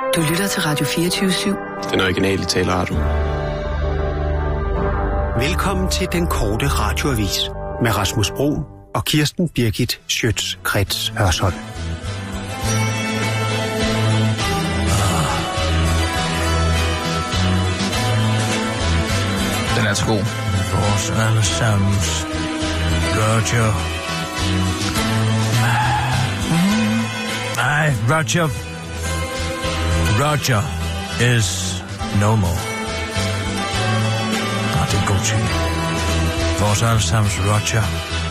Du lytter til Radio 24/7. Den originale taleradio. Velkommen til den korte radioavis med Rasmus Bro og Kirsten Birgit Schøtz-Krets Hørsholm. Den er så god. Vores allesammens Roger. Nej, Roger. Roger is no more. Nå, det er en god ting. Vores allesammens Roger.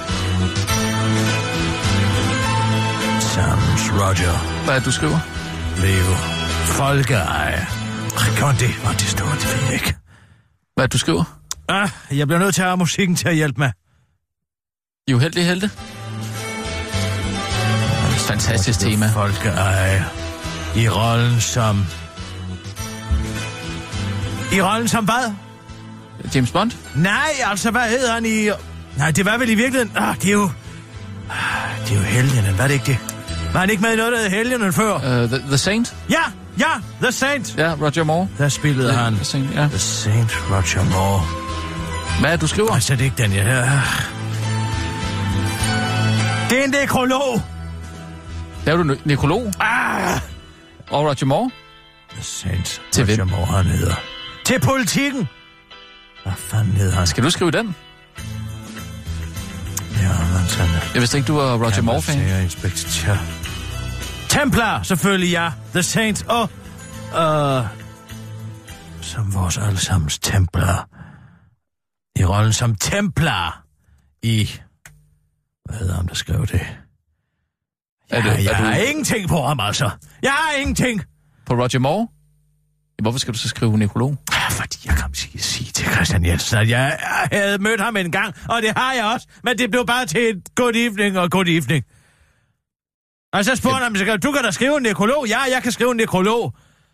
Sammens Roger. Hvad er det, du skriver? Leve. Folkeeje. Godt det, hvor det står, det ved jeg ikke. Hvad er det, du skriver? Jeg bliver nødt til at have musikken til at hjælpe mig. I uheldige helte. Fantastisk tema. Folkeeje. I rollen som hvad? James Bond? Nej, altså, hvad hedder han i... Nej, det var vel i virkeligheden... det er jo Helgenen, var det ikke det? Var han ikke med i noget, der hed Helgenen før? The Saint? Ja, The Saint. Ja, Roger Moore. Der spillede han. The Saint, ja. The Saint Roger Moore. Hvad er det, du skriver? Altså, det er ikke den, jeg hører. Det er en nekrolog. Laver du nekrolog? Og Roger Moore? The Saint til Roger hvem? Moore, han hedder. Til Politikken. Hvad fanden hedder han? Skal du skrive den? Ja, man sådan. Jeg vidste ikke, du var Roger Moore-fan. Inspektør. Templar, selvfølgelig, ja. The Saint og... som vores allesammens Templar. I rollen som Templar i... Hvad hedder han, der skrev det? Jeg har ingenting på ham, altså. Jeg har ingenting. På Roger Moore? Hvorfor skal du så skrive nekrolog? Fordi jeg kan sige til Christian Jensen, at jeg havde mødt ham en gang, og det har jeg også, men det blev bare til et good evening. Og så spurgte han mig, du kan da skrive en nekrolog? Ja, jeg kan skrive en nekrolog.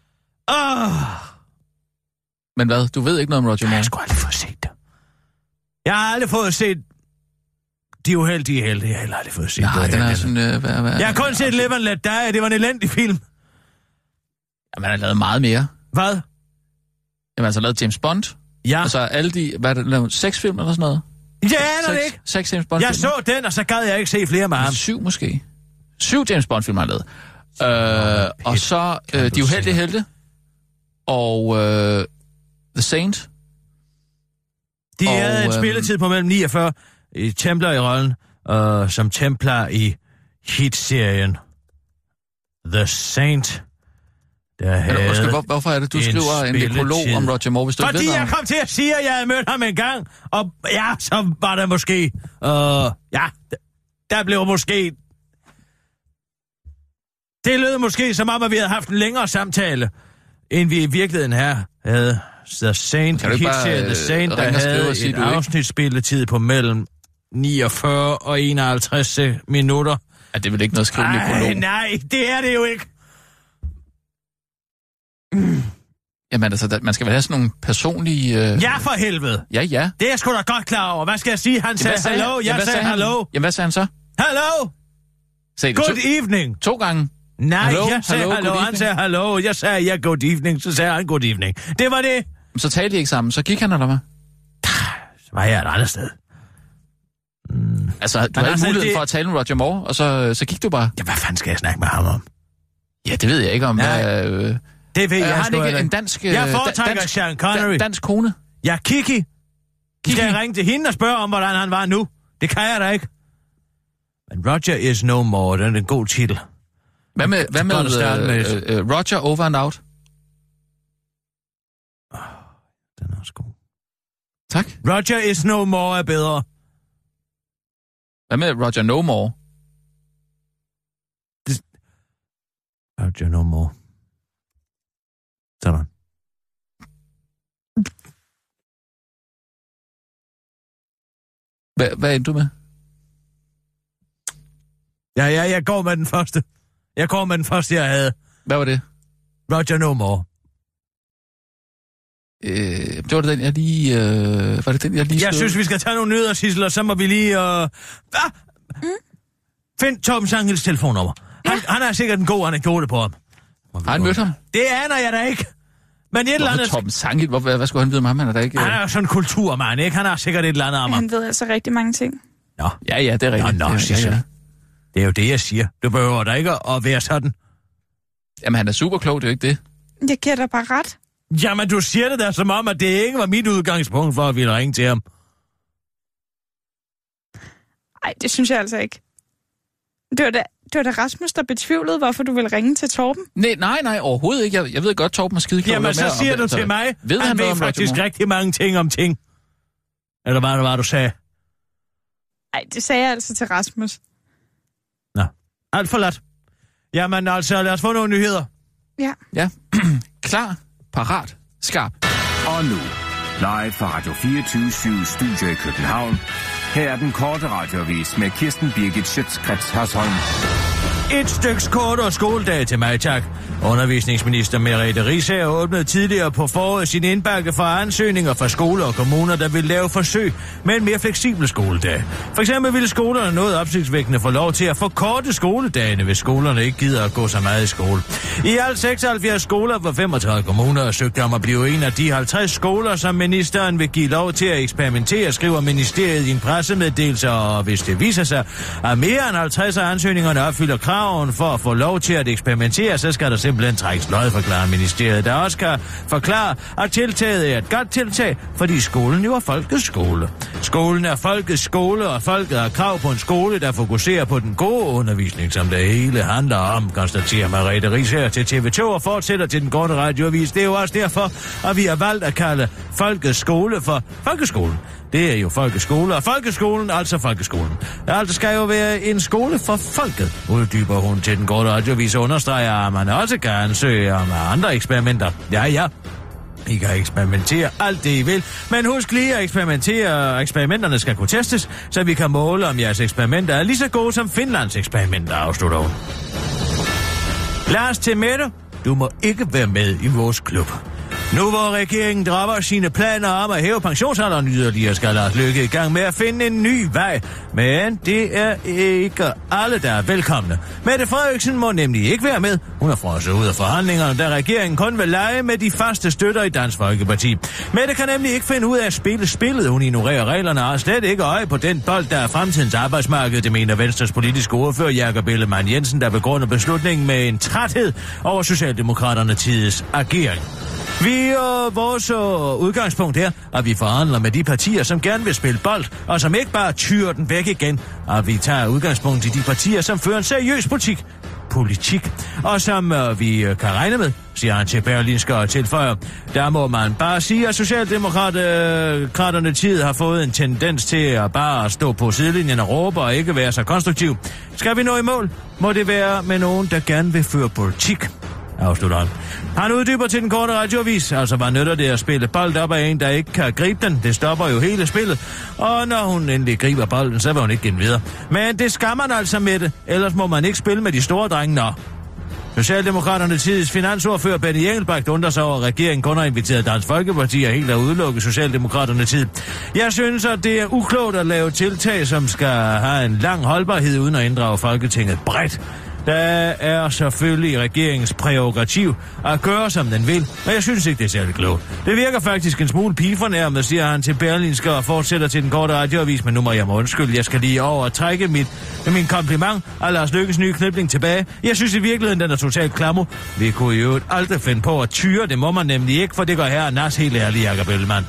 Men hvad? Du ved ikke noget om Roger Moore? Jeg har sgu aldrig fået set det. Jeg har aldrig fået set De Uheldige Helte. Jeg har aldrig fået set det. Den er sådan... Jeg har kun set Live and Let Die. Det var en elendig film. Ja, man har lavet meget mere. Hvad? Jamen, altså lavet James Bond. Ja. Og så alle de... Hvad er det? Lavet 6 film eller sådan noget? Ja, aner det ikke. 6 James Bond-filmer. Jeg så den, og så gad jeg ikke se flere med ham. 7 måske. 7 James Bond-filmer har lavet. Og så De Uheldige Helte. Og The Saint. De havde en spilletid på mellem 49 i Templar i rollen, som Templar i hitserien The Saint. Hvorfor er det, du skriver en nekrolog om Roger Moore, hvis du fordi ikke ved jeg kom til at sige, at jeg havde mødt ham en gang, og ja, så var der måske... der blev måske... Det lød måske som om, at vi havde haft en længere samtale, end vi i virkeligheden her havde. The Saint, The Saint, der havde en afsnitsspilletid på mellem 49 og 51 minutter. Ja, det er vel ikke noget at skrive nekrolog? Nej, det er det jo ikke. Jamen altså, man skal vel have sådan nogle personlige... Ja, for helvede. Ja. Det er jeg sgu da godt klar over. Hvad skal jeg sige? Han sagde hallo, jeg sagde hallo. Jamen, hvad sagde han så? Hallo! Good evening. 2 gange? Nej, jeg sagde hallo, han sagde hallo. Jeg sagde ja, good evening, så sagde han good evening. Det var det. Så talte de ikke sammen, så gik han, eller hvad? Så var jeg et andet sted. Altså, du havde ikke mulighed for at tale med Roger Moore, og så gik du bare. Ja, hvad fanden skal jeg snakke med ham om? Ja, det ved jeg ikke om. Det ved jeg har han ikke en dansk... Jeg foretrækker Sean Connery. Dansk kone? Ja, Kiki. Skal jeg ringe til hende og spørge om, hvordan han var nu? Det kan jeg da ikke. Men Roger is no more, den er en god titel. Hvad med Roger Over and Out? Den er også god. Tak. Roger is no more er bedre. Hvad med Roger No More? Roger No More. Sådan. Hvad endte du med? Ja, jeg går med den første. Jeg havde. Hvad var det? Roger No More. Det var den, jeg lige... var det den, jeg lige... Jeg synes, vi skal tage nogle nyheder, Sissel, og så må vi lige... Find Torben Sanghils telefonnummer. Han har sikkert en god anekdote på ham. Har han mødt ham? Det aner jeg da ikke. Men et eller andet... Torben Sangil, hvad skulle han vide om ham? Han er da ikke... Han er jo sådan en kulturmand, ikke? Han har sikkert et eller andet om ham. Han ved altså rigtig mange ting. Nå. Ja, det er rigtigt. Nå, ja. Det er jo det, jeg siger. Du behøver da ikke at være sådan. Jamen, han er super klog, det er jo ikke det. Jeg giver dig bare ret. Jamen, du siger det da som om, at det ikke var mit udgangspunkt for, at vi ville ringe til ham. Nej, det synes jeg altså ikke. Det var da Rasmus, der betvivlede, hvorfor du ville ringe til Torben. Nej, overhovedet ikke. Jeg ved godt, Torben er skideklog. Jamen, så siger du til mig, han ved faktisk rigtig mange ting om ting. Eller hvad det var, du sagde? Nej, det sagde jeg altså til Rasmus. Nå, alt for lat. Jamen altså, lad os få nogle nyheder. Ja. Klar, parat, skarp. Og nu, live fra Radio 24/7 Studio i København. Her er den korte radioavis med Kirsten Birgit Schøtz-Krets Hørsholm. Et styks kortere skoledag til mig, tak. Undervisningsminister Merete Riisager åbnede tidligere på foråret sin indbakke for ansøgninger fra skoler og kommuner, der vil lave forsøg med en mere fleksibel skoledag. For eksempel ville skolerne noget opsigtsvækkende få lov til at forkorte skoledagene, hvis skolerne ikke gider at gå så meget i skole. I alt 76 skoler for 35 kommuner søgte om at blive en af de 50 skoler, som ministeren vil give lov til at eksperimentere, skriver ministeriet i en pressemeddelelse, og hvis det viser sig, at mere end 50 af ansøgningerne opfylder kraven for at få lov til at eksperimentere, så skal der simpelthen trækkes lod, forklarer ministeriet, der også kan forklare, at tiltaget er et godt tiltag, fordi skolen jo er folkets skole. Skolen er folkets skole, og folket har krav på en skole, der fokuserer på den gode undervisning, som det hele handler om, konstaterer Merete Riisager til TV2 og fortsætter til den korte radioavis. Det er jo også derfor, at vi har valgt at kalde folkets skole for folkeskolen. Det er jo folkeskole, og folkeskolen, altså folkeskolen. Altså skal jo være en skole for folket, uddyber hun til den korte radioavis og understreger, at man også kan ansøge om andre eksperimenter. Ja. I kan eksperimentere alt det, I vil, men husk lige at eksperimentere. Eksperimenterne skal kunne testes, så vi kan måle, om jeres eksperimenter er lige så gode som Finlands eksperimenter, afslutter hun. Lars til Mette, du må ikke være med i vores klub. Nu hvor regeringen dropper sine planer om at hæve pensionsalderen yderligere, skal Lars Løkke i gang med at finde en ny vej. Men det er ikke alle, der er velkomne. Mette Frederiksen må nemlig ikke være med. Hun er frosset ud af forhandlingerne, da regeringen kun vil lege med de faste støtter i Dansk Folkeparti. Mette kan nemlig ikke finde ud af at spille spillet. Hun ignorerer reglerne og har slet ikke øje på den bold, der er fremtidens arbejdsmarked. Det mener Venstres politiske ordfører Jakob Ellemann Jensen, der begrunder beslutningen med en træthed over Socialdemokraterne tids agering. Vores udgangspunkt er, at vi forhandler med de partier, som gerne vil spille bold, og som ikke bare tyrer den væk igen. Og vi tager udgangspunkt i de partier, som fører en seriøs politik, og som vi kan regne med, siger han til Berlingske og tilføjer. Der må man bare sige, at Socialdemokraterne tid har fået en tendens til at bare stå på sidelinjen og råbe og ikke være så konstruktiv. Skal vi nå i mål, må det være med nogen, der gerne vil føre politik, afslutter han. Han uddyber til den korte radioavis, altså hvad nytter det at spille bold op af en, der ikke kan gribe den? Det stopper jo hele spillet, og når hun endelig griber bolden, så vil hun ikke give den videre. Men det skal man altså med det, ellers må man ikke spille med de store drenge, nå. Socialdemokraterne tids finansordfører Benny Engelbrecht undrer sig over, at regeringen kun har inviteret Dansk Folkeparti og helt at udelukke Socialdemokraterne tid. Jeg synes, at det er uklogt at lave tiltag, som skal have en lang holdbarhed uden at inddrage Folketinget bredt. Der er selvfølgelig regeringens prærogativ at gøre, som den vil, og jeg synes ikke, det er særlig klogt. Det virker faktisk en smule pigefornærmet, siger han til Berlingske og fortsætter til den korte radioavis, men nu må jeg undskylde. Jeg skal lige over at trække min kompliment af Lars Løkkes nye knipling tilbage. Jeg synes i virkeligheden, den er totalt klammer. Vi kunne jo aldrig finde på at tyre, det må man nemlig ikke, for det gør her Nas helt ærlig, Jakob Ellemann.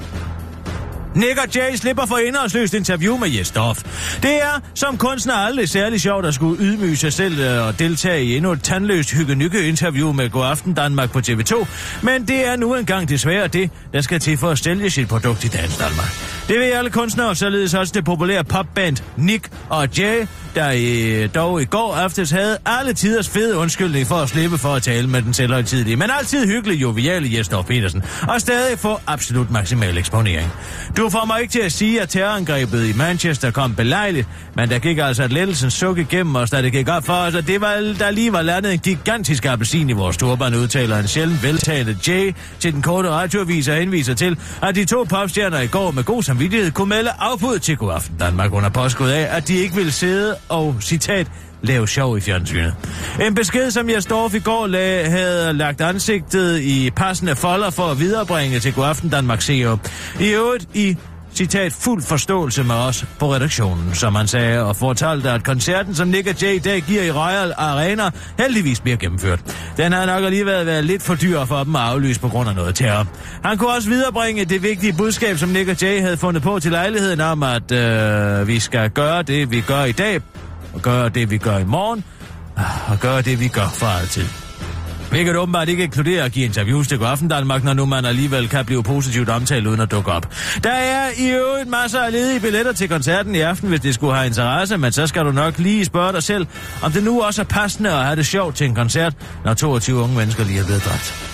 Nick og Jay slipper for indholdsløst interview med Jes Dorph. Det er som kunstner aldrig særlig sjovt at skulle ydmyge sig selv og deltage i endnu et tandløst hygge-nykke-interview med Godaften Danmark på TV2, men det er nu engang desværre det, der skal til for at sælge sit produkt i Dansk Danmark. Det vil alle kunstnere, således også det populære popband Nick og Jay, der dog i går aftes havde alle tiders fede undskyldning for at slippe for at tale med den selvhøjtidelige, men altid hyggelig joviale Jes Dorph Petersen, og stadig få absolut maksimal eksponering. Du får mig ikke til at sige, at terrorangrebet i Manchester kom belejligt, men der gik altså et lettelsens suk igennem os, da det gik op for os, at det var, der lige var landet en gigantisk appelsin i vores turband, udtaler en sjældent veltalende Jay til den korte radioavis og henviser til, at de to popstjerner i går med god samvittighed kunne melde afbud til Godaften Danmark under påskud af, at de ikke ville sidde og, citat, lave sjov i fjernsynet. En besked, som Jesdorf i går havde lagt ansigtet i passende folder for at viderebringe til Godaften Danmark CEO. I øvrigt i citat, fuld forståelse med os på redaktionen, som han sagde, og fortalte, at koncerten, som Nick og Jay i dag giver i Royal Arena, heldigvis bliver gennemført. Den havde nok alligevel været lidt for dyr for dem at aflyse på grund af noget terror. Han kunne også viderebringe det vigtige budskab, som Nick og Jay havde fundet på til lejligheden om, at vi skal gøre det, vi gør i dag, og gøre det, vi gør i morgen, og gøre det, vi gør for altid. Hvilket åbenbart ikke inkluderer at give interviews til Godaften Danmark, når nu man alligevel kan blive positivt omtalt uden at dukke op. Der er i øvrigt masser af ledige billetter til koncerten i aften, hvis det skulle have interesse, men så skal du nok lige spørge dig selv, om det nu også er passende at have det sjovt til en koncert, når 22 unge mennesker lige er blevet dræbt.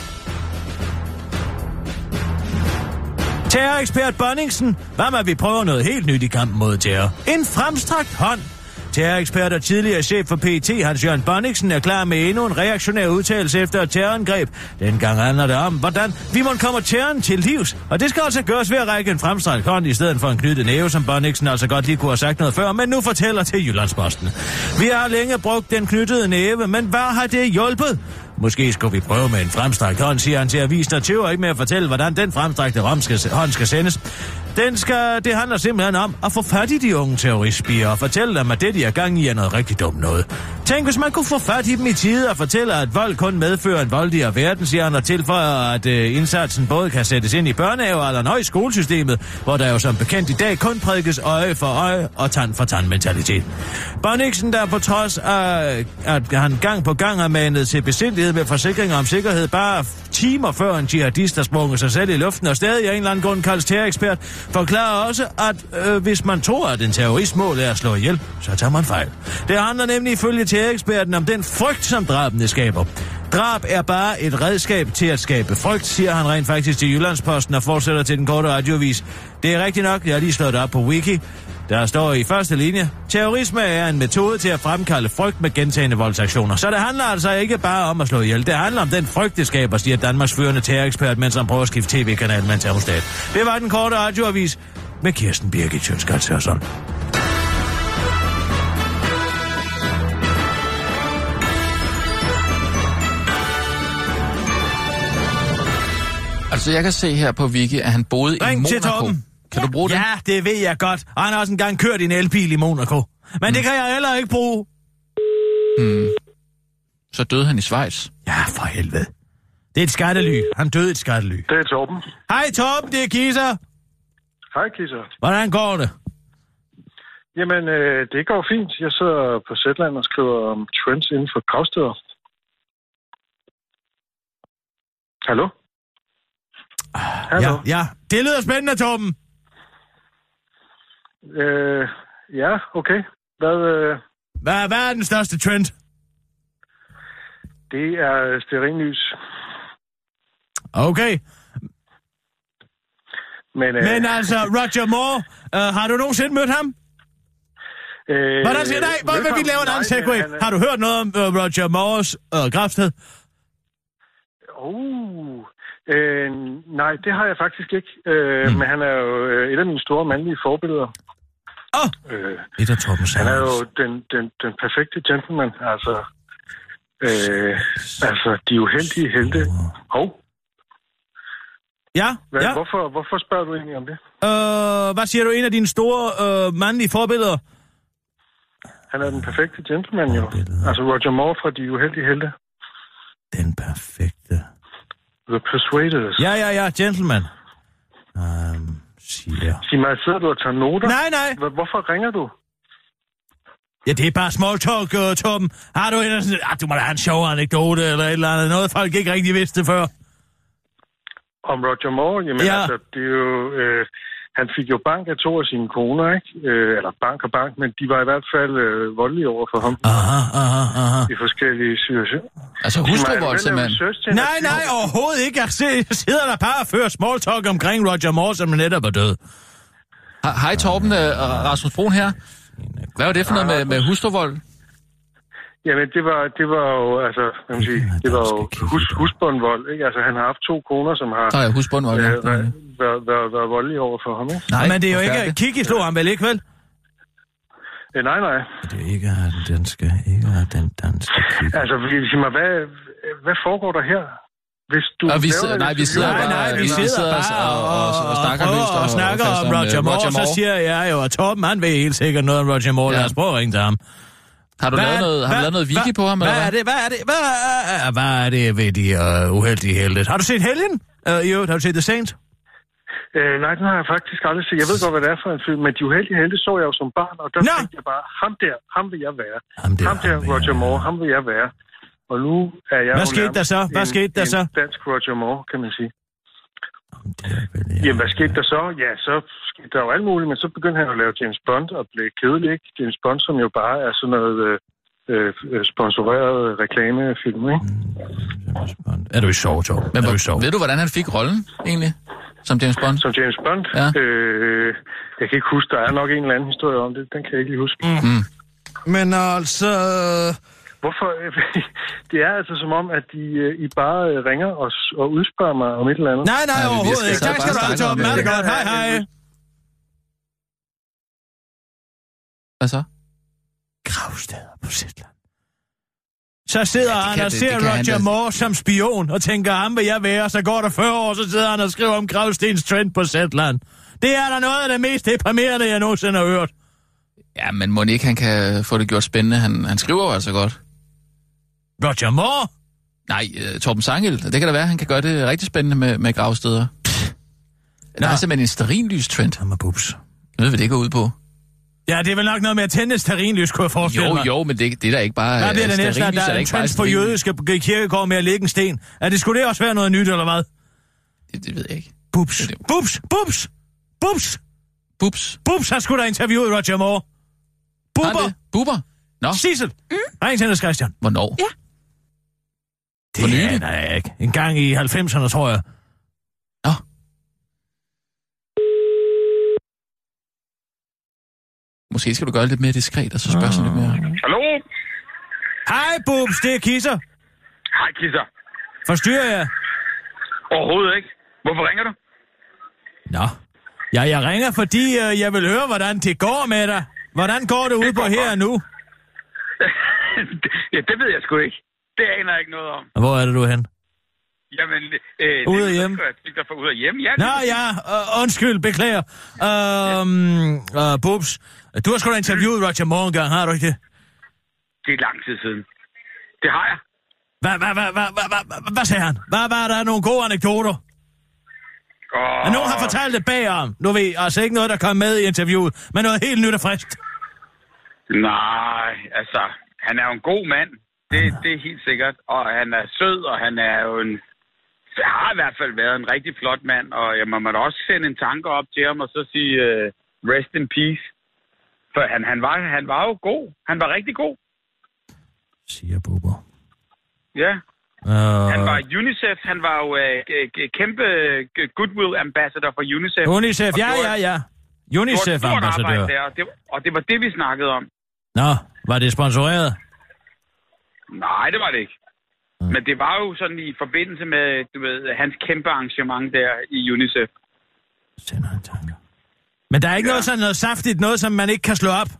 Terrorekspert Bonningsen, hvad med vi prøver noget helt nyt i kampen mod terror? En fremstrakt hånd. Terrorekspert og tidligere chef for PET, Hans-Jørgen Bonningsen, er klar med endnu en reaktionær udtalelse efter et terrorangreb. Dengang handler det om, hvordan vi må komme terroren til livs. Og det skal altså gøres ved at række en fremstrakt hånd i stedet for en knyttet næve, som Bonningsen altså godt lige kunne have sagt noget før, men nu fortæller til Jyllandsposten. Vi har længe brugt den knyttede næve, men hvad har det hjulpet? Måske skulle vi prøve med en fremstrakt hånd, siger han til avisen, og tøver ikke med at fortælle, hvordan den fremstrakte hånd skal sendes. Det handler simpelthen om at få fat i de unge terroristspirer og fortælle dem, at det, de er gang i, er noget rigtig dumt noget. Tænk, hvis man kunne få fat i dem i tide og fortælle, at vold kun medfører en voldigere verden, siger han, og tilføjer, at indsatsen både kan sættes ind i børnehavealderen og i skolesystemet, hvor der jo som bekendt i dag kun prædikes øje for øje og tand for tand mentalitet. Bonningsen, der på trods af, at han gang på gang har manet til besindighed med forsikringer om sikkerhed, bare timer før en jihadist har sprunget sig selv i luften og stadig af en eller anden grund kaldes terrorekspert, forklarer også, at hvis man tror, at en terroristmål er at slå ihjel, så tager man fejl. Det handler nemlig ifølge terroreksperten om den frygt, som drabene skaber. Drab er bare et redskab til at skabe frygt, siger han rent faktisk til Jyllandsposten og fortsætter til den korte radioavis. Det er rigtigt nok, jeg har lige slået op på Wiki. Der står i første linje, terrorisme er en metode til at fremkalde frygt med gentagne voldsaktioner. Så det handler altså ikke bare om at slå ihjel. Det handler om den frygt, det skaber, siger Danmarks førende terrorekspert, mens han prøver at skifte tv-kanal med en termostat. Det var den korte radioavis med Kirsten Birgit Sjøtskrets Hørsholm. Altså, jeg kan se her på Wiki, at han boede i Monaco. Kan du bruge det? Ja, det ved jeg godt. Og han har også engang kørt i en elbil i Monaco. Men det kan jeg heller ikke bruge. Så døde han i Schweiz? Ja, for helvede. Det er et skattely. Han døde i et skattely. Det er Torben. Hej Torben, det er Kisser. Hej Kisser. Hvordan går det? Jamen, det går fint. Jeg sidder på Zetland og skriver om trends inden for gravsteder. Hallo? Hallo? Ja. Det lyder spændende, Torben. Ja, okay. Hvad er den største trend? Det er stearinlys. Okay. Men altså, Roger Moore, har du nogensinde mødt ham? Hvordan siger nej? Hvor vil vi lave en anden segway? Har du hørt noget om Roger Moores gravsted? Nej, det har jeg faktisk ikke. Men han er jo et af mine store mandlige forbilleder. Et af Torbens. Han er jo den perfekte gentleman. Altså, de uheldige helte. Ja. Hvorfor spørger du egentlig om det? Hvad siger du? En af dine store mandlige forbilleder? Han er den perfekte gentleman, jo. Altså Roger Moore fra De Uheldige Helte. Den perfekte. The Persuaders. Ja, gentleman. Siger. Sig mig, sidder du og tager noter? Nej. Hvorfor ringer du? Ja, det er bare small talk, Torben. Har du en sådan, du må da have en sjov anekdote, eller et eller andet, noget folk ikke rigtig vidste før? Om Roger Moore? Jamen, altså, det er jo... han fik jo bank af 2 af sine koner, ikke? Eller bank, men de var i hvert fald voldelige over for ham. Aha. I forskellige situationer. Altså hustruvold, simpelthen? Nej, overhovedet ikke. Jeg sidder der bare og fører small talk omkring Roger Moore, som netop er død. Hej Torben, Rasmus Broen her. Hvad var det for noget med hustruvold? Jamen, det var jo, altså, kan man sige, det var jo husbundvold, ikke? Altså, han har haft 2 koner, som har... husbundvold, ja. været voldelige over for ham, ikke? Nej, men det er jo ikke... Kiki slog ham vel ikke, vel? Nej. Det ikke er den danske kigger. Altså, sig mig, hvad foregår der her? Hvis du vi sidder bare og snakker om Roger Moore, så siger jeg jo, at Torben, han ved helt sikkert noget om Roger Moore. Lad os prøve at ringe til ham. Har du lavet noget wiki på ham, eller hvad er det ved de uheldige helte? Har du set Helgen? Har du set The Saint? Nej, den har jeg faktisk aldrig set. Jeg ved godt, hvad det er for en film, men de uheldige helte så jeg jo som barn, og der tænkte jeg bare, ham vil jeg være. Ham der Roger Moore, ham vil jeg være. Og nu er jeg Hvad skete der så? Dansk Roger Moore, kan man sige. Jamen, hvad skete der så? Ja, så skete der jo alt muligt, men så begyndte han at lave James Bond og blev kedelig, ikke? James Bond, som jo bare er sådan noget sponsoreret reklamefilm, ikke? Er du i sov, Torben? Men ved du, hvordan han fik rollen, egentlig? Som James Bond? Som James Bond? Ja. Jeg kan ikke huske, der er nok en eller anden historie om det. Den kan jeg ikke lige huske. Men altså... Hvorfor? Det er altså som om, at I bare ringer og udspørger mig om et eller andet. Nej, overhovedet ikke. Tak skal du have, Torben. Er det godt? Hej. Hvad så? Gravsteder på Zetland. Så sidder han og ser Roger Moore som spion og tænker, ham vil jeg være. Så går der 40 år, så sidder han og skriver om gravstens trend på Zetland. Det er da noget af det mest deprimerende, jeg nogensinde har hørt. Ja, men må ikke han kan få det gjort spændende? Han skriver jo altså godt. Roger Moore? Nej, Torben Sangel. Det kan da være, han kan gøre det rigtig spændende med gravsteder. Der er simpelthen en stearinlys-trend. Jamen, bups. Jeg ved, hvad det går ud på. Ja, det er vel nok noget med at tænde stearinlys, kunne jeg forestille mig. Jo, men det er da ikke bare... Hvad bliver det næste, at der er en trend på jødiske kirkegård med at lægge en sten? Skulle det også være noget nyt, eller hvad? Det ved jeg ikke. Bups, han skulle da interviewet Roger Moore. Buber? Nå. Sissel, ring til Christian. Hvornår? Ja. Det aner jeg ikke. En gang i 90'erne, tror jeg. Nå. Måske skal du gøre det lidt mere diskret, og så spørge sådan lidt mere. Hallo? Hej, Bubs, det er Kisser. Hej, Kisser. Forstyrrer jeg? Overhovedet ikke. Hvorfor ringer du? Nå. Ja, jeg ringer, fordi jeg vil høre, hvordan det går med dig. Hvordan går det ude på her nu? Ja, det ved jeg sgu ikke. Det aner jeg ikke noget om. Hvor er det, du er hen? Jamen, ude og hjem? Jeg for ude og hjem, ja. Nå ja, undskyld, beklager. Bubs, du har sgu da interviewet Roger Moore en gang, har du ikke det? Det er lang tid siden. Det har jeg. Hvad sagde han? Var der nogle gode anekdoter? Nogen har fortalt det bagom. Nu ved altså ikke noget, der kom med i interviewet, men noget helt nyt og friskt. Nej, altså, han er jo en god mand. Det er helt sikkert. Og han er sød, og han er jo har i hvert fald været en rigtig flot mand. Og jeg må da også sende en tanke op til ham og så sige rest in peace. For han var jo god. Han var rigtig god. Siger Bubber. Ja. Han var UNICEF, han var jo kæmpe goodwill ambassador for UNICEF. UNICEF, ja. UNICEF-ambassadør. Og det var det, vi snakkede om. Nå, var det sponsoreret? Nej, det var det ikke. Men det var jo sådan i forbindelse med, du ved, hans kæmpe arrangement der i UNICEF. Sender en tanke. Men der er ikke noget sådan noget saftigt, noget som man ikke kan slå op?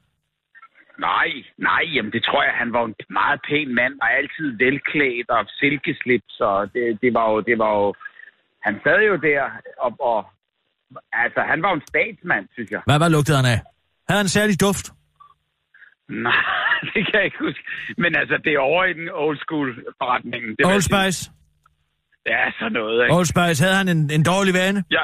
Nej, jamen det tror jeg, han var en meget pæn mand, og altid velklædt og silkeslips, og det var jo, han sad jo der, og altså, han var jo en statsmand, synes jeg. Hvad lugtede han af? Havde han en særlig duft? Nej, det kan jeg ikke huske. Men altså, det er over i den old school forretningen. Old Spice? Ja, sådan noget, ikke? Old Spice, havde han en dårlig vane? Ja.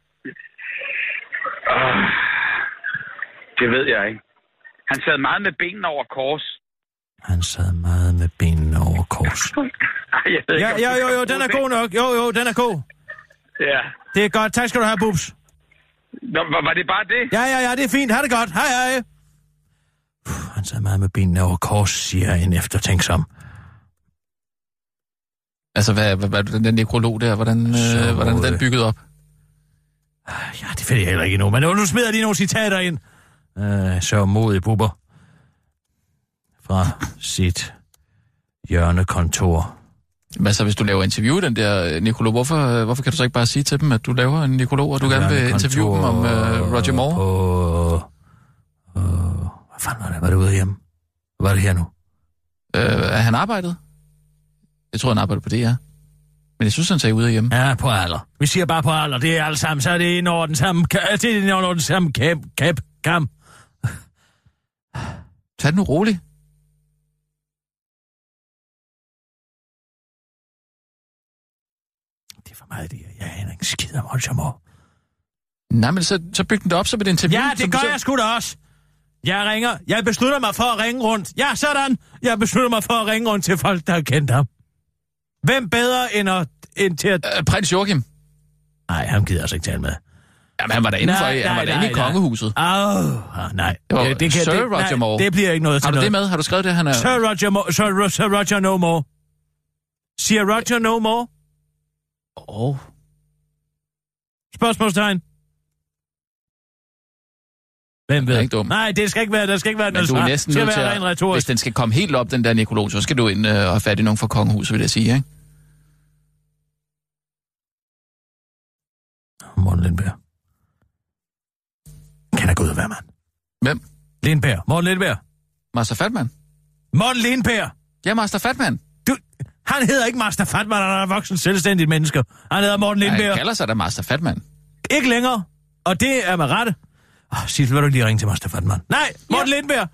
Det ved jeg ikke. Han sad meget med benene over kors. Han sad meget med benene over kors. Jeg ved ikke, jo, den er god nok. Jo, den er god. Ja. Det er godt. Tak skal du have, Bubs. Nå, var det bare det? Ja, det er fint. Ha' det godt. Hej. Han sad meget med benene over kors, siger en eftertænksom. Altså, hvad den nekrolog der, hvordan er den bygget op? Ja, det finder jeg heller ikke endnu. Men nu smider de nogle citater ind. Så modig Bubber. Fra sit hjørnekontor. Men så hvis du laver interview den der nekrolog, hvorfor kan du så ikke bare sige til dem, at du laver en nekrolog, og du gerne vil interviewe dem om Roger Moore? Hvad fanden var det? Var det ude hjemme? Hvad var det her nu? Er han arbejdet? Jeg tror, han arbejder på det, ja. Men jeg synes, han sagde ude hjemme. Ja, på alder. Vi siger bare på alder. Det er alle sammen, så er det en over den samme... Det er en over den samme kam. Tag det nu roligt. Det er for meget det. Jeg aner ikke skid om Roger Moore. Nej, men så byg den op, så med den interview. Ja, det gør jeg sgu da også. Jeg ringer. Jeg beslutter mig for at ringe rundt. Ja, sådan. Jeg beslutter mig for at ringe rundt til folk, der har kendt ham. Hvem bedre end til at... Prins Joachim. Nej, han gider altså ikke tale med. Jamen, han var der inde i kongehuset. Nej. Sir Roger Moore. Det bliver ikke noget til noget. Har du det med? Har du skrevet det, han er... Sir Roger Moore. Sir Roger No More. Siger Roger No More? Spørgsmålstegn. Hvem ved? Ikke Nej, det skal ikke være, der skal ikke være noget svar. Men du er næsten nødt til at, hvis den skal komme helt op, den der nekrolog, så skal du ind og have fat i nogen fra kongehuset, vil jeg sige, ikke? Morten Lindberg. Kan jeg gå ud og være mand? Hvem? Lindberg. Morten Lindberg. Master Fatman. Morten Lindberg. Ja, Master Fatman. Han hedder ikke Master Fatman, han er voksen selvstændigt menneske. Han hedder Morten Lindberg. Ja, han kalder sig da Master Fatman. Ikke længere. Og det er med rette. Sissel, vil du lige ringe til Master Fatman? Nej, Morten Lindberg.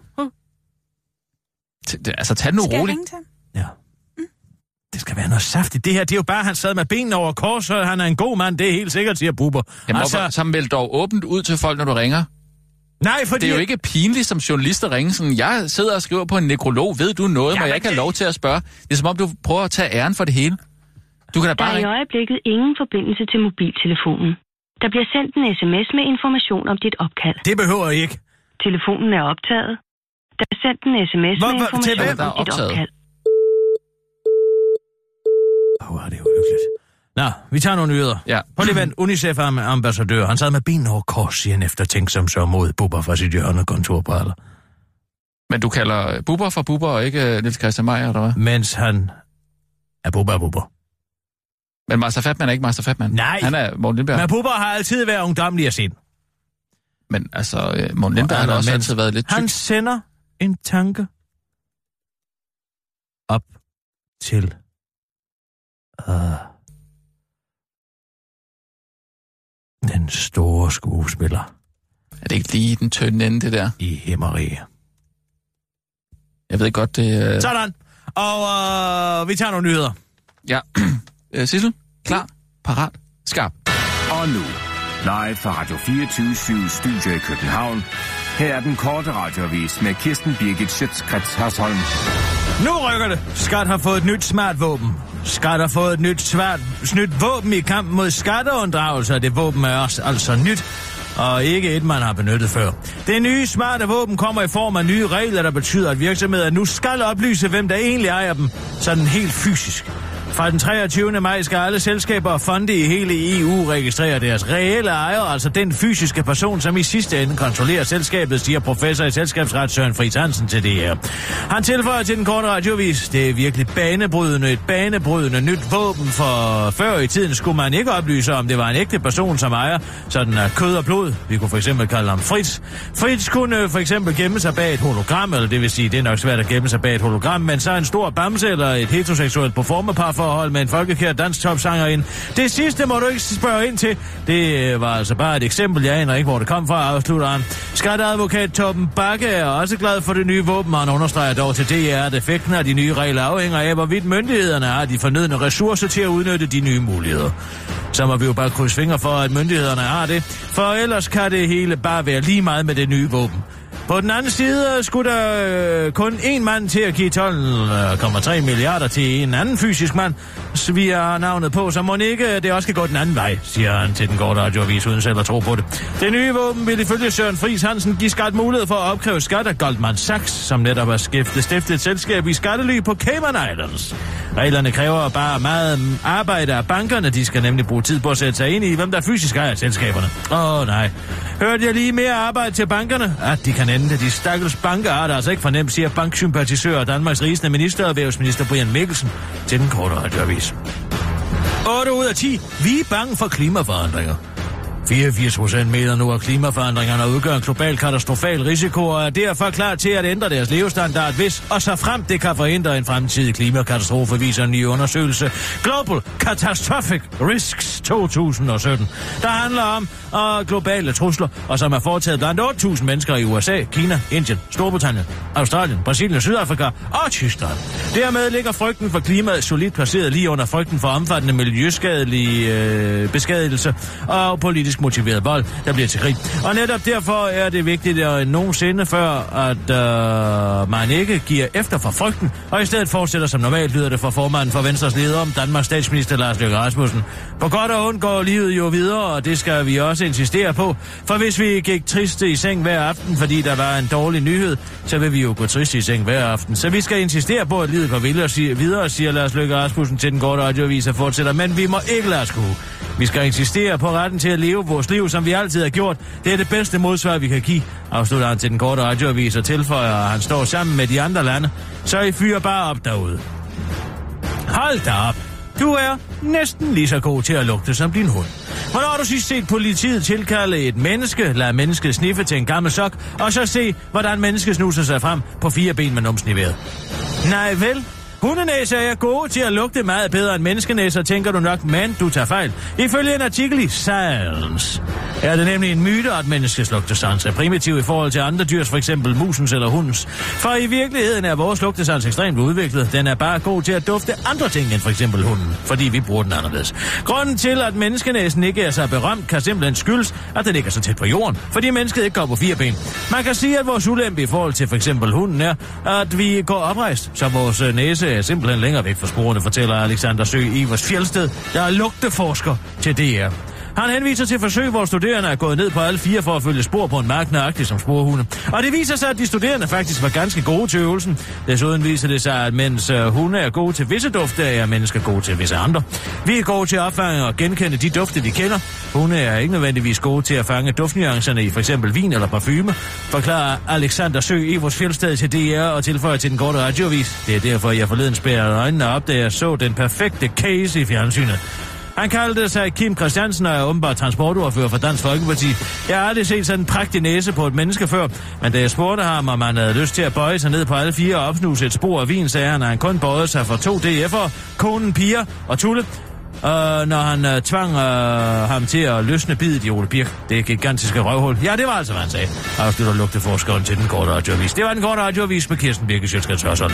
Altså, tag det nu roligt. Skal jeg ringe til ham? Ja. Det skal være noget saftigt. Det her, det er jo bare, han sad med benene over kors, og han er en god mand, det er helt sikkert, siger Bubber. Jamen, så meld dog åbent ud til folk, når du ringer. Nej, fordi... Det er jo ikke pinligt som journalist at ringe sådan. Jeg sidder og skriver på en nekrolog. Ved du noget, hvor jeg ikke har lov til at spørge? Det er som om, du prøver at tage æren for det hele. Du kan da bare ringe. Der er i øjeblikket ingen forbindelse til mobiltelefonen. Der bliver sendt en sms med information om dit opkald. Det behøver jeg ikke. Telefonen er optaget. Der er sendt en sms med information om dit opkald. Det er uhyggeligt. Nå, vi tager nogle nyheder. Ja. Prøv lige vent. UNICEF-ambassadør. Han sad med benene over kors, siger han eftertænksom så mod Bubber fra sit hjørnekontor på alder. Men du kalder Bubber for Bubber og ikke Niels Christian Meyer, eller hvad? Mens han er Bubber. Men Master Fatman er ikke Master Fatman. Nej. Han er Morten Lindberg. Men Bubber har altid været ungdomlig at se. Men altså, Morten Lindberg har også altid været lidt tyk. Han sender en tanke op til... den store skuespiller. Er det ikke lige den tynde ende, det der? I Himmerige. Jeg ved godt, det... Sådan! Og vi tager nogle nyheder. Ja. Sissel, klar, parat, skarp. Og nu, live fra Radio 24/7 Studio i København. Her er den korte radioavis med Kirsten Birgit Schøtz-Krets Hasholm. Nu rykker det. Skat har fået et nyt smart våben. Skat har fået et nyt våben i kampen mod skatteunddragelse, og det våben er også altså nyt, og ikke et, man har benyttet før. Det nye smarte våben kommer i form af nye regler, der betyder, at virksomheder nu skal oplyse, hvem der egentlig ejer dem, sådan helt fysisk. Fra den 23. maj skal alle selskaber og fonde i hele EU registrere deres reelle ejer, altså den fysiske person, som i sidste ende kontrollerer selskabet, siger professor i selskabsret Søren Friis Hansen til DR. Han tilføjer til den korte radiovis, det er virkelig et banebrydende nyt våben, for før i tiden skulle man ikke oplyse, om det var en ægte person, som ejer sådan af kød og blod. Vi kunne for eksempel kalde ham Fritz. Fritz kunne for eksempel gemme sig bag et hologram, eller det vil sige, det er nok svært at gemme sig bag et hologram, men så en stor bamse eller et heteroseksuelt proformapar forhold med en folkekær danstopsangerinde. Det sidste må du ikke spørge ind til. Det var altså bare et eksempel. Jeg aner ikke, hvor det kom fra, afslutter han. Skatteadvokat Torben Bakke er også glad for det nye våben, og han understreger dog til DR, at effekten af de nye regler afhænger af, hvorvidt myndighederne har de fornødne ressourcer til at udnytte de nye muligheder. Så må vi jo bare krydse fingre for, at myndighederne har det, for ellers kan det hele bare være lige meget med det nye våben. På den anden side skulle der kun én mand til at give 12,3 milliarder til en anden fysisk mand, så vi har navnet på, så må ikke det også kan gå den anden vej, siger han til den korte radioavis, uden selv at tro på det. Det nye våben vil ifølge Søren Friis Hansen give skat mulighed for at opkræve skat af Goldman Sachs, som netop har stiftet et selskab i skattely på Cayman Islands. Reglerne kræver bare meget arbejde af bankerne, de skal nemlig bruge tid på at sætte sig ind i, hvem der fysisk ejer selskaberne. Nej. Hørte jeg lige mere arbejde til bankerne? At de kan ende. De stakkels banker er der altså ikke fornemt, siger banksympatisør og Danmarks rigeste minister og erhvervsminister Brian Mikkelsen til den korte radioavis. 8 ud af 10. Vi er bange for klimaforandringer. 84% mener nu, at klimaforandringerne udgør en global katastrofal risiko, og er derfor klar til at ændre deres levestandard, hvis og så frem det kan forhindre en fremtidig klimakatastrofe, viser en ny undersøgelse. Global Catastrophic Risks 2017, der handler om globale trusler, og som er foretaget blandt 8.000 mennesker i USA, Kina, Indien, Storbritannien, Australien, Brasilien, Sydafrika og Tyskland. Dermed ligger frygten for klimaet solidt placeret lige under frygten for omfattende miljøskadelige beskadigelse og politisk motiveret vold, der bliver til krig. Og netop derfor er det vigtigt at nogensinde før, at man ikke giver efter for frygten, og i stedet fortsætter som normalt, lyder det fra formanden for Venstres leder om Danmarks statsminister Lars Løkke Rasmussen. På godt og ondt går livet jo videre, og det skal vi også insistere på, for hvis vi gik triste i seng hver aften, fordi der var en dårlig nyhed, så vil vi jo gå triste i seng hver aften. Så vi skal insistere på, at livet går videre, siger Lars Løkke Rasmussen til den korte radioavis og fortsætter, men vi må ikke lade os kue. Vi skal insistere på retten til at leve vores liv, som vi altid har gjort. Det er det bedste modsvar, vi kan give, afslutter han til den korte radioavis og tilføjer, at han står sammen med de andre lande. Så I fyrer bare op derude. Hold da op. Du er næsten lige så god til at lugte som din hund. Hvornår har du sidst set politiet tilkalde et menneske, lade mennesket sniffe til en gammel sok, og så se, hvordan mennesket snuser sig frem på 4 ben med numsen i vejret? Nej vel? Hundenæser er gode til at lugte meget bedre end menneskenæser, tænker du nok, men du tager fejl. Ifølge en artikel i Science er det nemlig en myte, at menneskets lugtesans er primitiv i forhold til andre dyrs, for eksempel musens eller hundens. For i virkeligheden er vores lugtesans ekstremt udviklet. Den er bare god til at dufte andre ting end for eksempel hunden, fordi vi bruger den anderledes. Grunden til, at menneskenæsen ikke er så berømt, kan simpelthen skyldes, at den ikke er så tæt på jorden, fordi mennesket ikke går på 4 ben. Man kan sige, at vores ulempe i forhold til for eksempel hunden er, at vi går oprejst, så vores næse er simpelthen længere væk fra sporene, fortæller Alexander Sø Ivers Fjeldsted, der er lugteforsker til DR. Han henviser til forsøg, hvor studerende er gået ned på alle 4 for at følge spor på en mark nøjagtigt som sporhunde. Og det viser sig, at de studerende faktisk var ganske gode til øvelsen. Desuden viser det sig, at mens hunde er gode til visse dufte, er mennesker gode til visse andre. Vi er gode til at opfange og genkende de dufte, vi kender. Hunde er ikke nødvendigvis gode til at fange duftnuancerne i for eksempel vin eller parfume, forklarer Alexander Sø Ivers Fjeldsted til DR og tilføjer til den korte radioavis. Det er derfor, jeg forleden spærrede øjnene op, da jeg så den perfekte case i fjernsynet. Han kaldte sig Kim Christiansen og er åbenbart transportordfører for Dansk Folkeparti. Jeg har aldrig set sådan en prægtig næse på et menneske før, men da jeg spurgte ham, om han havde lyst til at bøje sig ned på alle 4 og opsnuse et spor af vin, sagde han, at han kun bøjede sig for 2 DF'ere, konen Pia og Tulle, når han tvang ham til at løsne bidet i Ole Birk. Det gigantiske røvhul. Ja, det var altså, hvad han sagde. Afslutter lugteforskeren til den korte radioavis. Det var den korte radioavis med Kirsten Birke Sjøtskrets Hørsholm.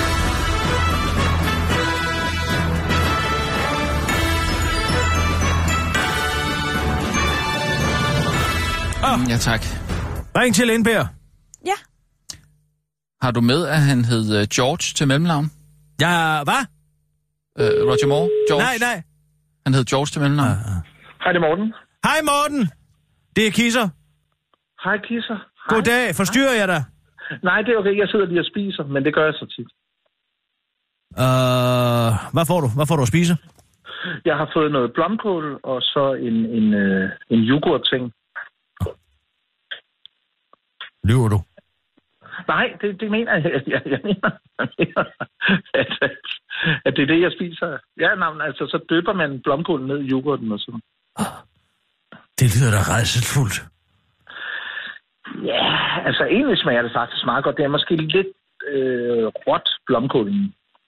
Ja, tak. Ring til Lindberg. Ja. Har du med, at han hed George til mellemnavn? Ja, hvad? Roger Moore? George? Nej. Han hed George til mellemnavn. Hej, det er Morten. Hej Morten. Det er Kisser. Hej, Kisser. Goddag. Forstyrrer jeg dig? Nej, det er okay. Jeg sidder lige og spiser, men det gør jeg så tit. Hvad får du? Hvad får du at spise? Jeg har fået noget blomkål og så en yoghurt-ting. Lyver du? Nej, det mener jeg. Jeg mener, at det er det, jeg spiser. Ja, altså, så dypper man blomkålen ned i yoghurten og sådan. Det lyder da rædselsfuldt. Ja, altså egentlig smager det faktisk meget godt. Det er måske lidt råt blomkålen.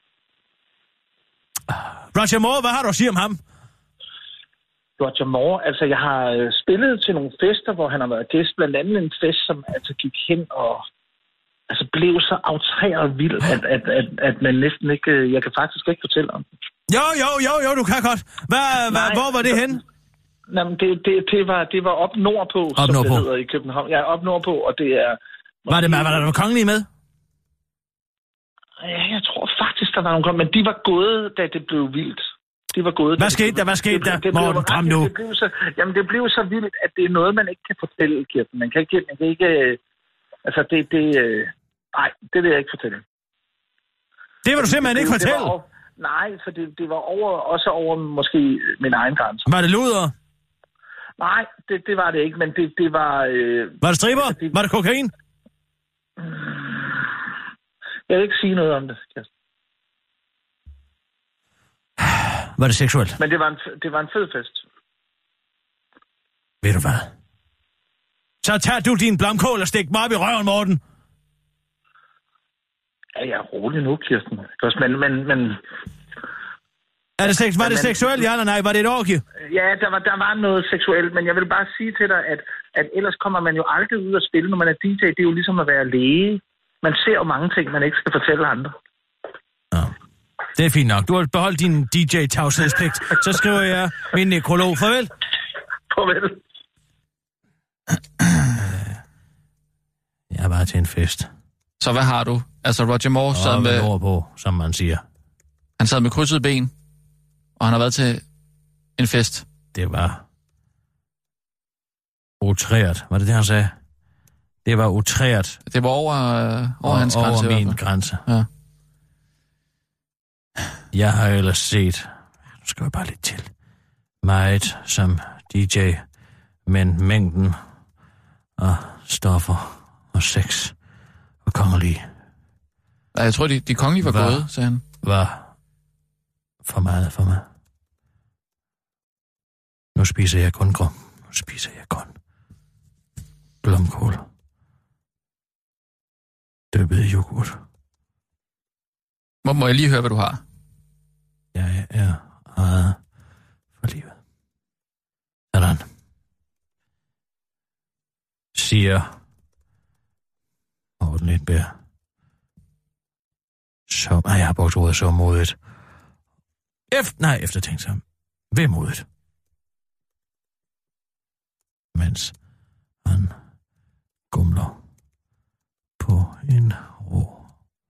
Roger Moore, hvad har du at sige om ham? Roger Moore, altså jeg har spillet til nogle fester, hvor han har været gæst, blandt andet en fest, som altså gik hen og altså blev så aftræret vild, at man næsten ikke, jeg kan faktisk ikke fortælle om det. Jo, du kan godt. Hvor var det henne? Jamen, det var op nordpå, som det hedder i København. Ja, op nordpå, og det er... Var der kongelige med? Ja, jeg tror faktisk, der var nogle kongelige, men de var gået, da det blev vildt. Hvad skete der? Morten, kom nu. Det blev så vildt, at det er noget, man ikke kan fortælle, Kirsten. Man kan ikke altså, nej, det vil jeg ikke fortælle. Det vil du simpelthen ikke fortælle? Nej, for det var også over måske min egen grænse. Var det luder? Nej, det var det ikke, men det var... Var det stripper? Var det kokain? Jeg vil ikke sige noget om det, Kirsten. Var det seksuelt? Men det var en fed fest. Ved du hvad? Så tager du din blomkål og stik mig op i røven, Morten. Ja, jeg er rolig nu, Kirsten. Men... Var det seksuelt, ja eller nej? Var det et orgie? Ja, der var noget seksuelt, men jeg vil bare sige til dig, at ellers kommer man jo aldrig ud og spille, når man er DJ. Det er jo ligesom at være læge. Man ser jo mange ting, man ikke skal fortælle andre. Ja. Det er fint nok. Du har beholdt din DJ-tavshedspligt. Så skriver jeg min nekrolog. Farvel. Farvel. Jeg er bare til en fest. Så hvad har du? Altså Roger Moore sad med... ord på, som man siger. Han sad med krydset ben, og han har været til en fest. Det var utrært. Var det, han sagde? Det var utrært. Det var over hans grænse. Over min grænse. Ja. Jeg har ellers set, nu skal jeg bare lidt til, meget som DJ, men mængden af stoffer og sex og kongelige. Ja, jeg tror, de kongelige var gået, sagde han. Var for meget for mig. Nu spiser jeg kun grum. Nu spiser jeg kun blomkål. Dyppet i yoghurt. Må jeg lige høre, hvad du har? Jeg er ejet for livet. Sådan. Siger Morten Lindberg. Så, jeg har brugt ordet så modigt. Eftertænksom. Vemodigt. Mens han gumler på en rå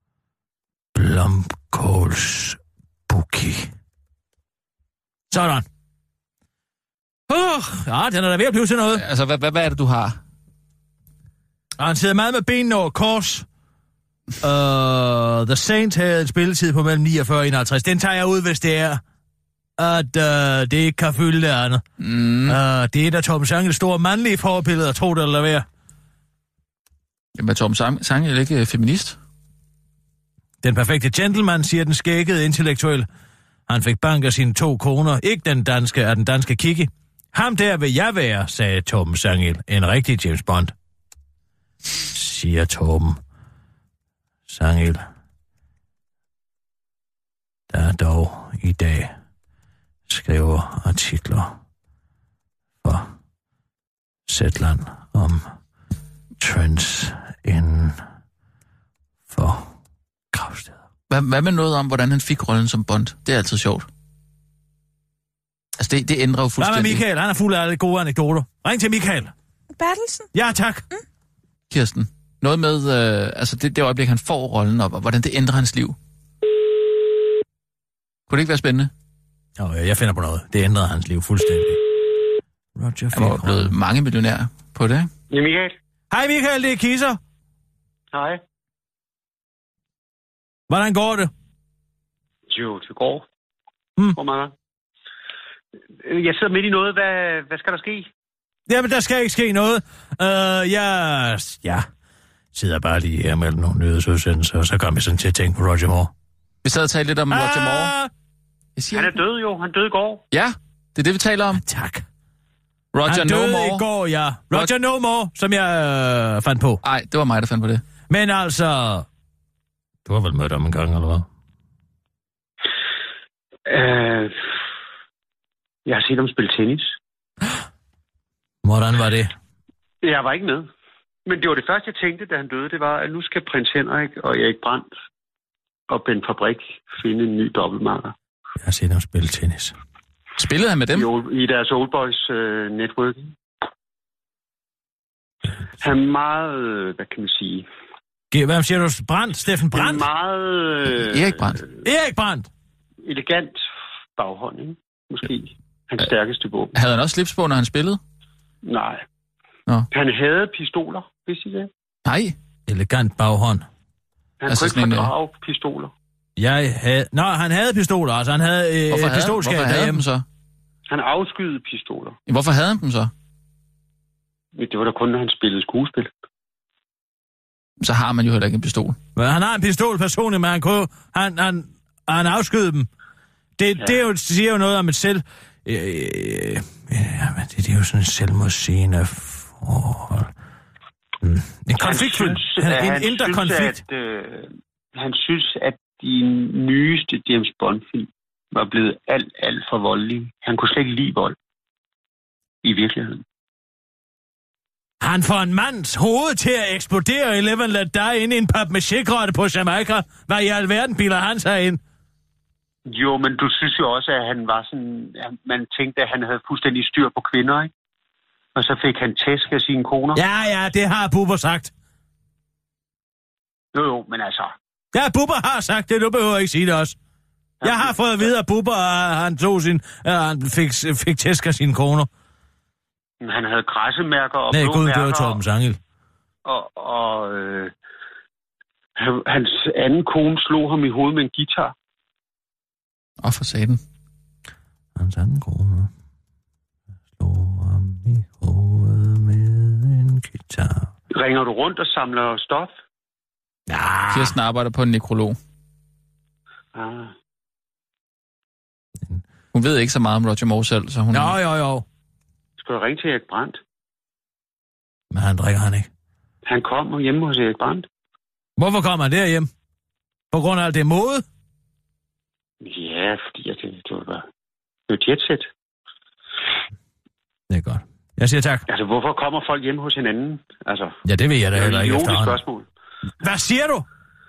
blomkålsbuki. Sådan. Ja, den er da ved at blive til noget. Altså, hvad er det, du har? Og han sidder meget med benene over kors. The Saint havde en spilletid på mellem 49 og 51. Den tager jeg ud, hvis det er, at det ikke kan fylde det andet. Det er da Tom Sangels store mandlige forbilleder, tro det eller være. Jamen, Tom Sangel er ikke feminist? Den perfekte gentleman, siger den skækkede intellektuel. Han fik bank af sine 2 koner, ikke den danske af den danske Kiki. Ham der vil jeg være, sagde Tom Sangel. En rigtig James Bond. Siger Tom Sangel. Der dog i dag skriver artikler for Zetland om trends inden for gravsteder. Hvad med noget om, hvordan han fik rollen som Bond? Det er altid sjovt. Altså, det ændrer jo fuldstændig. Hvad med Michael? Han er fuld af alle gode anekdoter. Ring til Michael. Bertelsen? Ja, tak. Kirsten, noget med, altså det øjeblik, han får rollen op, og hvordan det ændrer hans liv. Kunne det ikke være spændende? Jo, jeg finder på noget. Det ændrede hans liv fuldstændig. Roger han var blevet mange millionærer på det, ikke? Ja, Michael. Hej Michael, det er Kisser. Hej. Hvordan går det? Jo, det går. Hvor meget? Jeg sidder midt i noget. Hvad skal der ske? Jamen, der skal ikke ske noget. Jeg sidder bare lige her mellem nogle nyhedsudsendelser, og så kommer jeg sådan til at tænke på Roger Moore. Vi sad og talte lidt om Roger Moore. Han er død jo. Han døde i går. Ja, det er det, vi taler om. Tak. Roger han døde No More. i går, ja. Roger No More, som jeg fandt på. Nej, det var mig, der fandt på det. Men altså... Du har vel mødt ham en gang, eller hvad? Jeg har set ham spille tennis. Hvordan var det? Jeg var ikke med. Men det var det første, jeg tænkte, da han døde. Det var, at nu skal prins Henrik og Erik Brandt og Ben Fabrik finde en ny dobbeltmarker. Jeg har set ham spille tennis. Spillede han med dem? I deres Old Boys network. Han er meget, hvad kan man sige... Hvad siger du? Brandt? Steffen Brandt? Meget... Erik Brandt. Erik Brandt! Elegant baghånd, ikke? Måske hans stærkeste våben. Havde han også slips på, når han spillede? Nej. Nå. Han havde pistoler, vidste I det? Nej. Elegant baghånd. Han kunne ikke fordrage pistoler. Han havde pistoler, altså han havde pistolskab derhjemme. Hvorfor havde han dem så? Han afskydede pistoler. Hvorfor havde han dem så? Det var da kun, når han spillede skuespil. Så har man jo heller ikke en pistol. Men han har en pistol personligt, men han afskyder dem. Det er jo, siger jo noget om et Jamen, det er jo sådan en selvmodsigende forhold. En konfliktfyldt. En indre konflikt. Han synes, at de nyeste James Bond-film var blevet alt for voldelige. Han kunne slet ikke lide vold. I virkeligheden. Han får en mands hoved til at eksplodere i Live and Let Die inde i en papmaché-grotte på Jamaica. Hvad i alverden bilder han sig ind? Jo, men du synes jo også, at han var sådan... Man tænkte, at han havde fuldstændig styr på kvinder, ikke? Og så fik han tæsk af sine koner. Ja, det har Bubber sagt. Jo, men altså... Ja, Bubber har sagt det, du behøver ikke sige det også. Jeg har fået at vide, at Bubber, han fik tæsk af sine koner. Han havde græssemærker og blåmærker. Nej, gud, det var Torben Sangel. Og hans anden kone slog ham i hovedet med en guitar. Og for satan. Hans anden kone slog ham i hovedet med en guitar. Ringer du rundt og samler stof? Ja. Kirsten arbejder på en nekrolog. Hun ved ikke så meget om Roger Moore selv, så hun... Jo. Skal du ringe til Erik Brandt? Men han drikker han ikke. Han kommer hjemme hos Erik Brandt. Hvorfor kommer han derhjem? På grund af alt det mode? Ja, fordi det var jetset. Det er godt. Jeg siger tak. Altså, hvorfor kommer folk hjemme hos hinanden? Altså, ja, det ved jeg da heller ikke efterhånden. Spørgsmål. Hvad siger du?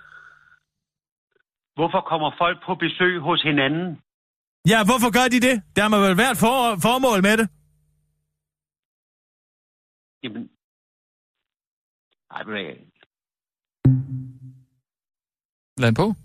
Hvorfor kommer folk på besøg hos hinanden? Ja, hvorfor gør de det? Der må vel være et formål med det. Jamen... Ej, lad den på.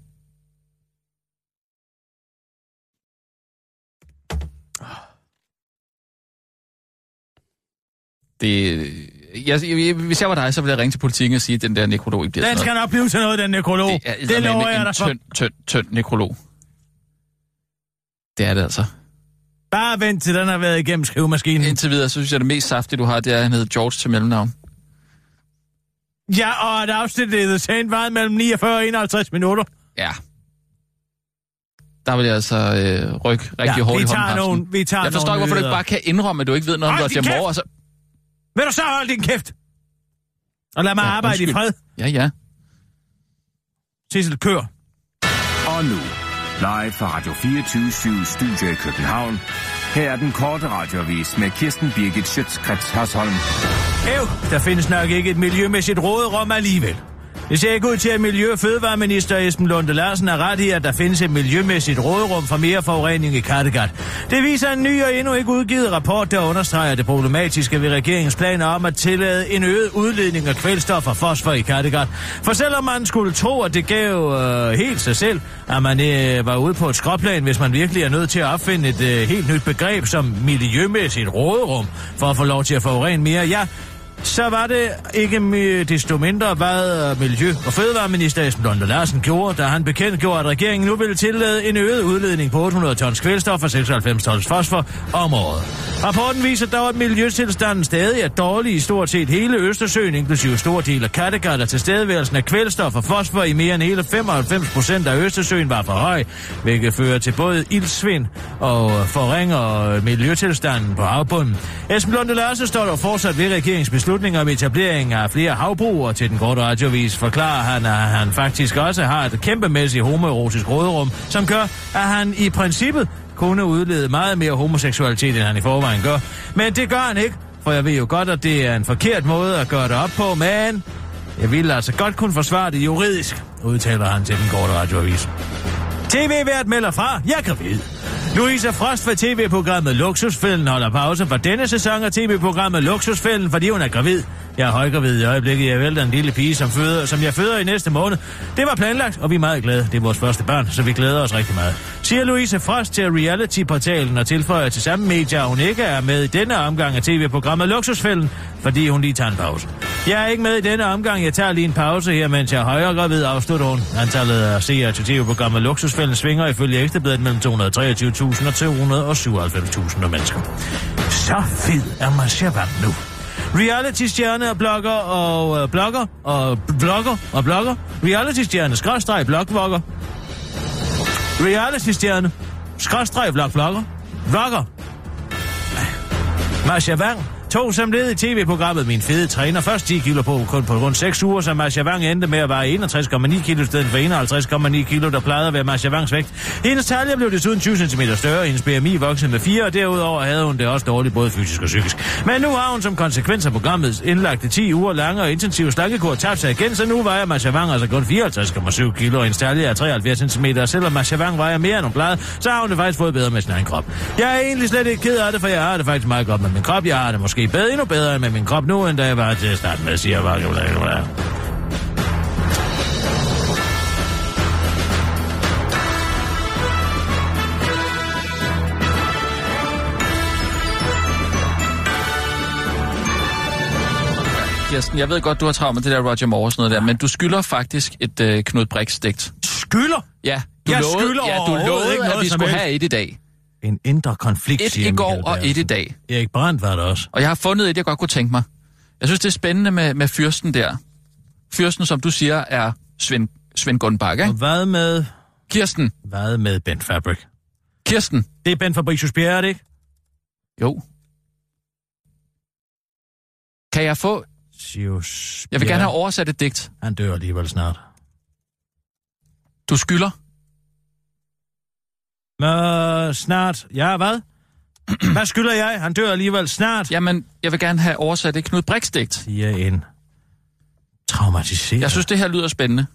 Hvis jeg var dig, så ville jeg ringe til politikken og sige, at den der nekrolog ikke bliver den skal nok blive til noget, den nekrolog. Det lover jeg dig for. Tynd nekrolog. Det er det altså. Bare vent til den har været igennem skrivemaskinen. Indtil videre, så synes jeg, det mest saftige, du har, det er, at han hedder George til mellemnavn. Ja, og et afsnit i The Saint var mellem 49 og 51 minutter. Ja. Der vil jeg altså rykke rigtig hårdt i hånden. Jeg forstår ikke, hvorfor du ikke bare kan indrømme, at du ikke ved noget om Roger Moore. Vil du så holde din kæft? Og lad mig arbejde i fred. Ja. Sissel, kør. Og nu, live fra Radio 24 Studio i København. Her er den korte radioavis med Kirsten Birgit Schøtz-Krets Hørsholm. Der findes nok ikke et miljømæssigt råderum alligevel. Det ser ikke ud til, at Miljø- og Fødevareminister Esben Lunde Larsen er ret i, at der findes et miljømæssigt råderum for mere forurening i Kattegat. Det viser en ny og endnu ikke udgivet rapport, der understreger det problematiske ved regeringens planer om at tillade en øget udledning af kvælstof og fosfor i Kattegat. For selvom man skulle tro, at det gav helt sig selv, at man var ude på et skråplan, hvis man virkelig er nødt til at opfinde et helt nyt begreb som miljømæssigt råderum for at få lov til at forurene mere, ja, så var det ikke desto mindre, hvad Miljø- og Fødevareminister Esben Lunde Larsen gjorde, da han bekendtgjorde, at regeringen nu ville tillade en øget udledning på 800 tons kvælstof og 96 tons fosfor om året. Rapporten viser dog, at miljøtilstanden stadig er dårlig i stort set hele Østersøen, inklusive store dele af Kattegat, og tilstedeværelsen af kvælstof og fosfor i mere end hele 95% af Østersøen var for høj, hvilket fører til både ildsvind og forringer miljøtilstanden på havbunden. Esben Lunde Larsen står dog fortsat ved regeringens beslutning om etablering af flere havbrug, og til den korte radiovis forklarer han, at han faktisk også har et kæmpemæssigt homoerotisk råderum, som gør, at han i princippet kunne udlede meget mere homoseksualitet, end han i forvejen gør. Men det gør han ikke, for jeg ved jo godt, at det er en forkert måde at gøre det op på, men jeg ville altså godt kunne forsvare det juridisk, udtaler han til den korte radioavis. TV-vært melder fra, jeg er gravid. Louise Frost fra tv-programmet Luksusfælden holder pause for denne sæson af tv-programmet Luksusfælden, fordi hun er gravid. Jeg er højgravid i øjeblikket. Jeg vælter en lille pige, som jeg føder i næste måned. Det var planlagt, og vi er meget glade. Det er vores første barn, så vi glæder os rigtig meget. Siger Louise Frost til Reality-portalen og tilføjer til samme medier, at hun ikke er med i denne omgang af tv-programmet Luksusfælden, fordi hun lige tager en pause. Jeg er ikke med i denne omgang. Jeg tager lige en pause her, mens jeg er højgravid, afslutter hun. Antallet af seere til tv-programmet Luksusfælden svinger ifølge Ekstrabladet mellem 223.000 og 297.000 mennesker. Så fed er Masha nu. Reality-stjerne og blogger. Reality-stjerne /blogvlogger. Reality-stjerne /blogvlogger. Vlogger. Masha Wang tog som led i tv-programmet Min Fede Træner først 10 kilo på kun på rundt 6 uger, så Masha Wang endte med at veje 61,9 kilo i stedet for 51,9 kilo, der plejede at være Masha Wangs vægt. Hendes talje blev desuden 20 cm større, hendes BMI voksede med 4, og derudover havde hun det også dårligt både fysisk og psykisk. Men nu har hun som konsekvens af programmets indlagte 10 uger lange og intensive slankekur tabt sig igen, så nu vejer Masha Wang altså kun 54,7 kilo, og hendes talje er 73 cm, og selvom Masha Wang vejer mere end hun plejede, så har hun det faktisk fået bedre med sin egen krop. Jeg er egentlig slet ikke ked af det, for jeg har det faktisk meget godt med min krop. Jeg har det måske endnu bedre med min krop nu, end da jeg var til at starte med, siger jeg. Kirsten, jeg ved godt, du har travlt med det der Roger Moore og sådan noget der, men du skylder faktisk et Knud Brix-digt. Skylder? Ja, du lovede, at vi skulle have et i dag. En indre konflikt, et i går og et i dag. Erik Brandt var der også. Og jeg har fundet et, jeg godt kunne tænke mig. Jeg synes, det er spændende med fyrsten der. Fyrsten, som du siger, er Svend Gunbak, ikke? Og hvad med... Kirsten. Hvad med Ben Fabric? Kirsten. Det er Ben Fabricius Bjerre, er det ikke? Jo. Kan jeg få... Jeg vil gerne have oversat et digt. Han dør alligevel snart. Du skylder? Snart. Ja, hvad? Hvad skylder jeg? Han dør alligevel snart. Jamen, jeg vil gerne have oversat et Knud Brix-digt. Siger en traumatiseret. Jeg synes, det her lyder spændende.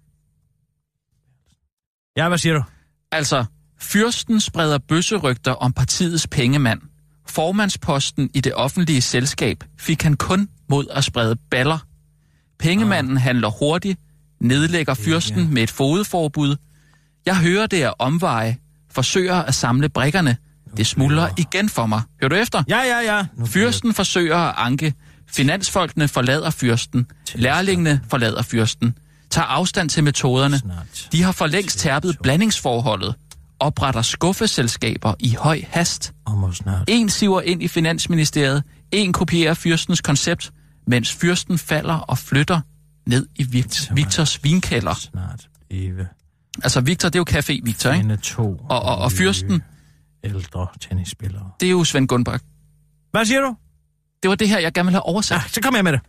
Ja, hvad siger du? Altså, fyrsten spreder bøsserygter om partiets pengemand. Formandsposten i det offentlige selskab fik han kun mod at sprede baller. Pengemanden handler hurtigt, nedlægger fyrsten med et fogedforbud. Jeg hører det af omveje, forsøger at samle brikkerne. Det smuldrer igen for mig. Hører du efter? Ja. Fyrsten forsøger at anke. Finansfolkene forlader fyrsten. Lærlingene forlader fyrsten. Tager afstand til metoderne. De har for længst tærpet blandingsforholdet. Opretter skuffeselskaber i høj hast. En siver ind i Finansministeriet. En kopierer fyrstens koncept, mens fyrsten falder og flytter ned i Victors vinkælder. Altså Victor, det er jo Café Victor, ikke? Og fyrsten... Ældre tennisspillere. Det er jo Svend Gunbak. Hvad siger du? Det var det her, jeg gerne ville have oversat. Så kom jeg med det.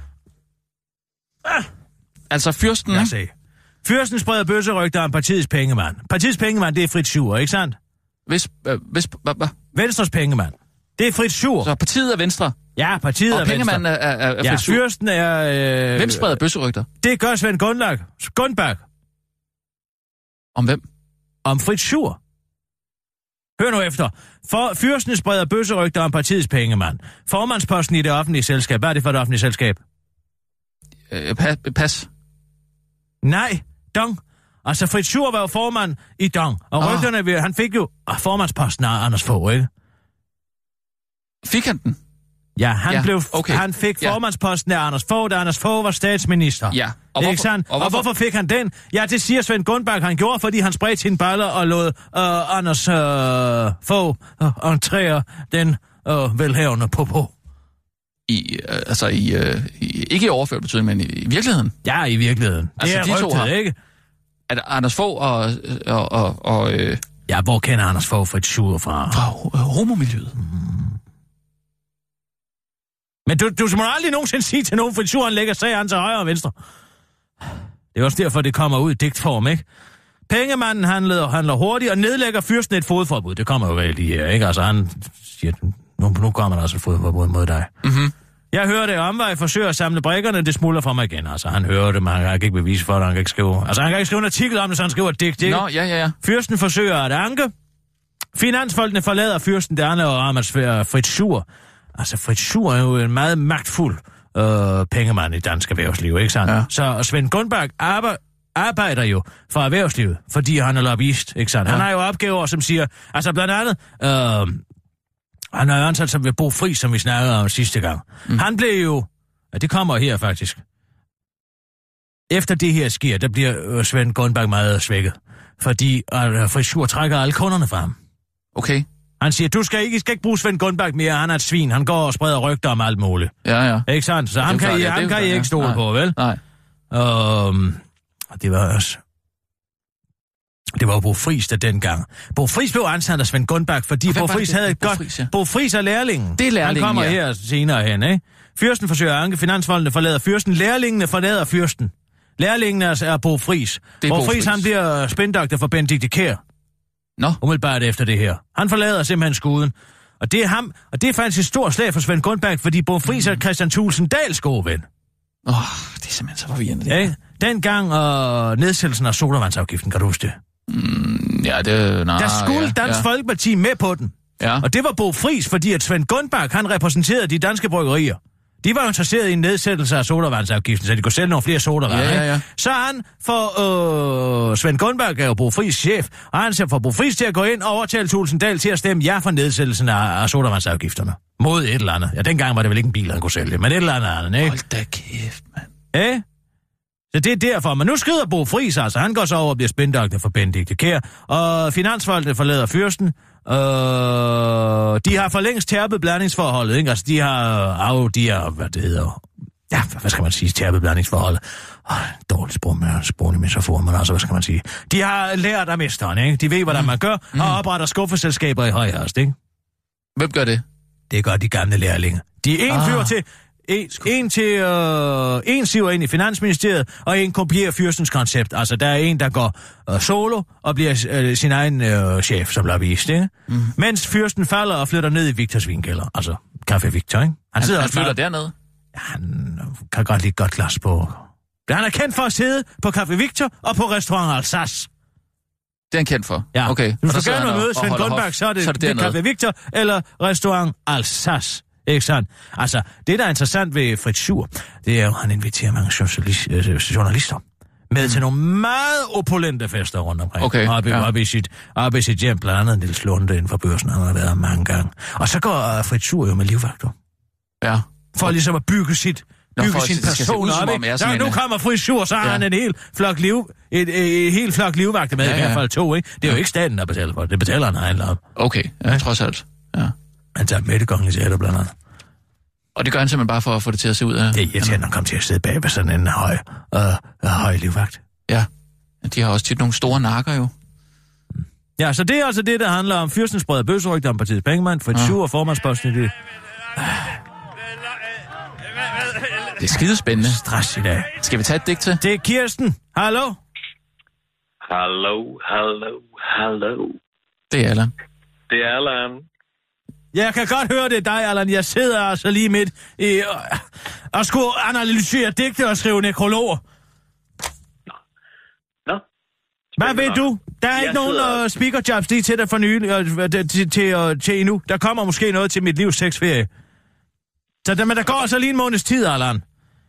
Altså fyrsten... Jeg sagde. Fyrsten spreder bøsserygter om partiets pengemand. Partiets pengemand, det er Fritz Schur, ikke sandt? Venstres pengemand. Det er Fritz Schur. Så partiet er Venstre? Ja, partiet er Venstre. Og pengemanden er Fritz Schur? Ja, fyrsten er... Hvem spreder bøsserygter? Det gør Svend Gunbak. Om hvem? Om Fritz Schur. Hør nu efter. For fyrsten spreder bøsserygter om partiets pengemand. Formandsposten i det offentlige selskab. Hvad er det for et offentligt selskab? Pas. Nej, Dong. Altså, Fritz Schur var jo formand i Dong. Og rygterne, han fik jo formandsposten af Anders Fogh, ikke? Fik han den? Ja, han fik formandsposten af Anders Fogh, da Anders Fogh var statsminister. Ja. Og hvorfor fik han den? Ja, det siger Svend Gunbak, han gjorde, fordi han spredte sine baller og lod Anders Fogh entrere den velhavende popo. Ikke i overført betydning, men i virkeligheden? Ja, i virkeligheden. Altså, det er rygtet, ikke? At Anders Fogh og Ja, hvor kender Anders Fogh Fritz Schur fra? Fra homomiljøet. Men du må aldrig nogensinde sige til nogen, Fritz Schur, han lægger sagen til højre og venstre. Det er også derfor, det kommer ud i digtform, ikke? Pengemanden handler hurtigt og nedlægger fyrsten et fodforbud. Det kommer jo vel lige her, ikke? Altså, han siger, nu kommer der altså et fodforbud mod dig. Mm-hmm. Jeg hører det omvej, forsøger at samle brikkerne, det smuldrer fra mig igen. Altså, han hører det, men han kan ikke bevise for det, han kan ikke skrive. Altså, han kan ikke skrive en artikel om det, så han skriver et digt, ikke? Nå, ja. Fyrsten forsøger at anke. Finansfolkene forlader fyrsten, det andet og rammer Fritz Schur. Altså, Fritz Schur er jo en meget magtfuld pengemand i dansk erhvervsliv, ikke sandt? Ja. Så Svend Gunbak arbejder jo for erhvervslivet, fordi han er lobbyist, ikke sandt? Ja. Han har jo opgaver, som siger, altså blandt andet, han har jo ansat sig ved Bo Friis, som vi snakkede om sidste gang. Han blev jo, det kommer her faktisk, efter det her sker, der bliver Svend Gunbak meget svækket, fordi Fritz Schur trækker alle kunderne fra ham. Okay. Han siger, I skal ikke bruge Svend Gunbak mere, han er et svin, han går og spreder rygter om alt muligt. Ja. Ikke sandt? Så ham kan I ikke stole på, vel? Nej. Det var også... Det var Bo Friis, der dengang. Bo Friis blev ansat af Svend Gunbach, fordi Bo Friis havde et godt... Friis, ja. Bo Friis er lærlingen. Det er lærlingen, han kommer her senere hen, ikke? Fyrsten forsøger at anke, finansvoldene forlader fyrsten, lærlingene forlader fyrsten. Lærlingen er Bo Friis. Bo Friis, han bliver spindoktor for Benedikte Kjær. Umiddelbart efter det her. Han forlader simpelthen skuden. Og det er ham, og det er faktisk et stort slag for Svend Gunbach, fordi Bo Friis er Christian Thulesen Dahls gode ven. Det er simpelthen så forvirrende. Ja, dengang nedsættelsen af sodavandsafgiften, kan du huske det? Der skulle Dansk Folkeparti med på den. Ja. Og det var Bo Friis, fordi at Svend Gunbach, han repræsenterede de danske bryggerier. De var jo interesseret i en nedsættelse af sodavandsafgiften, så de kunne sælge nogle flere sodavand. Ja. Så han for Svend Gunbach er jo Bo Friis chef, og han ser for Bo Friis til at gå ind og overtale Thulesen Dahl til at stemme ja for nedsættelsen af sodavandsafgifterne. Mod et eller andet. Ja, dengang var det vel ikke en bil, han kunne sælge, men et eller andet, ikke? Hold da kæft, mand. Ja? Så det er derfor. Men nu skrider Bo Friis, altså. Han går så over og bliver spindoktor for Benedikte Kjær, og finansfolkene forlader fyrsten. De har for længst tærpet blandingsforholdet, ikke? Altså, de har, hvad det hedder... Ja, hvad skal man sige? Tærpet blandingsforholdet. Dårligt sproglig metafor, men altså, hvad skal man sige? De har lært af mesteren, ikke? De ved, hvordan man gør, og opretter skuffeselskaber i høj hast, ikke? Hvem gør det? Det gør de gamle lærlinge. De er en fyr til... En siver ind i Finansministeriet, og en kopierer fyrstens koncept. Altså, der er en, der går solo og bliver sin egen chef, som bliver vist, ikke? Mens fyrsten falder og flytter ned i Victors vinkælder. Altså, Café Victor, ikke? Han flytter dernede? Ja, han kan godt lide godt glas på. Han er kendt for at sidde på Café Victor og på restaurant Alsace. Det er han kendt for? Ja. Okay. Du skal gerne møde Svend Gunbach, så er det Café Victor eller restaurant Alsace. Ikke sandt? Altså, det, der er interessant ved Fritz Schur, det er jo, at han inviterer mange journalister med til nogle meget opulente fester rundt omkring. Okay, Oppe i sit hjem, blandt andet en lille slunde inden for børsen, han har været mange gange. Og så går Fritz Schur jo med livvagter. Ja. For ligesom at bygge sin person op. Så nu kommer Fritz Schur, så har han en hel flok helt flok livvagter med, i hvert fald 2, ikke? Det er jo ikke staten, der betaler for det. Det betaler han handler om. Okay, trods alt. Ja. Han tager med det kongelige teater blandt andet. Og det gør han simpelthen bare for at få det til at se ud af... Det er irriterende at komme til at sidde bag ved sådan en høj livvagt. Ja, de har også tit nogle store nakker jo. Ja, så det er altså det, der handler om fyrstens brød og bøsserygter om partiets pengemand, Fritz Schur og formandsposten i det. Det er skidespændende. Stress i dag. Skal vi tage et digt til? Det er Kirsten. Hallo? Hallo. Det er Allan. Det er Allan. Jeg kan godt høre det er dig, Allan. Jeg sidder altså lige midt i og skulle analysere digte og skrive nekrologer. Nå. Hvad ved du? Der er ikke nogen speakerjobs lige til dig for nylig, til endnu. Der kommer måske noget til mit livs sexferie. Så men der går altså lige en måneds tid, Allan.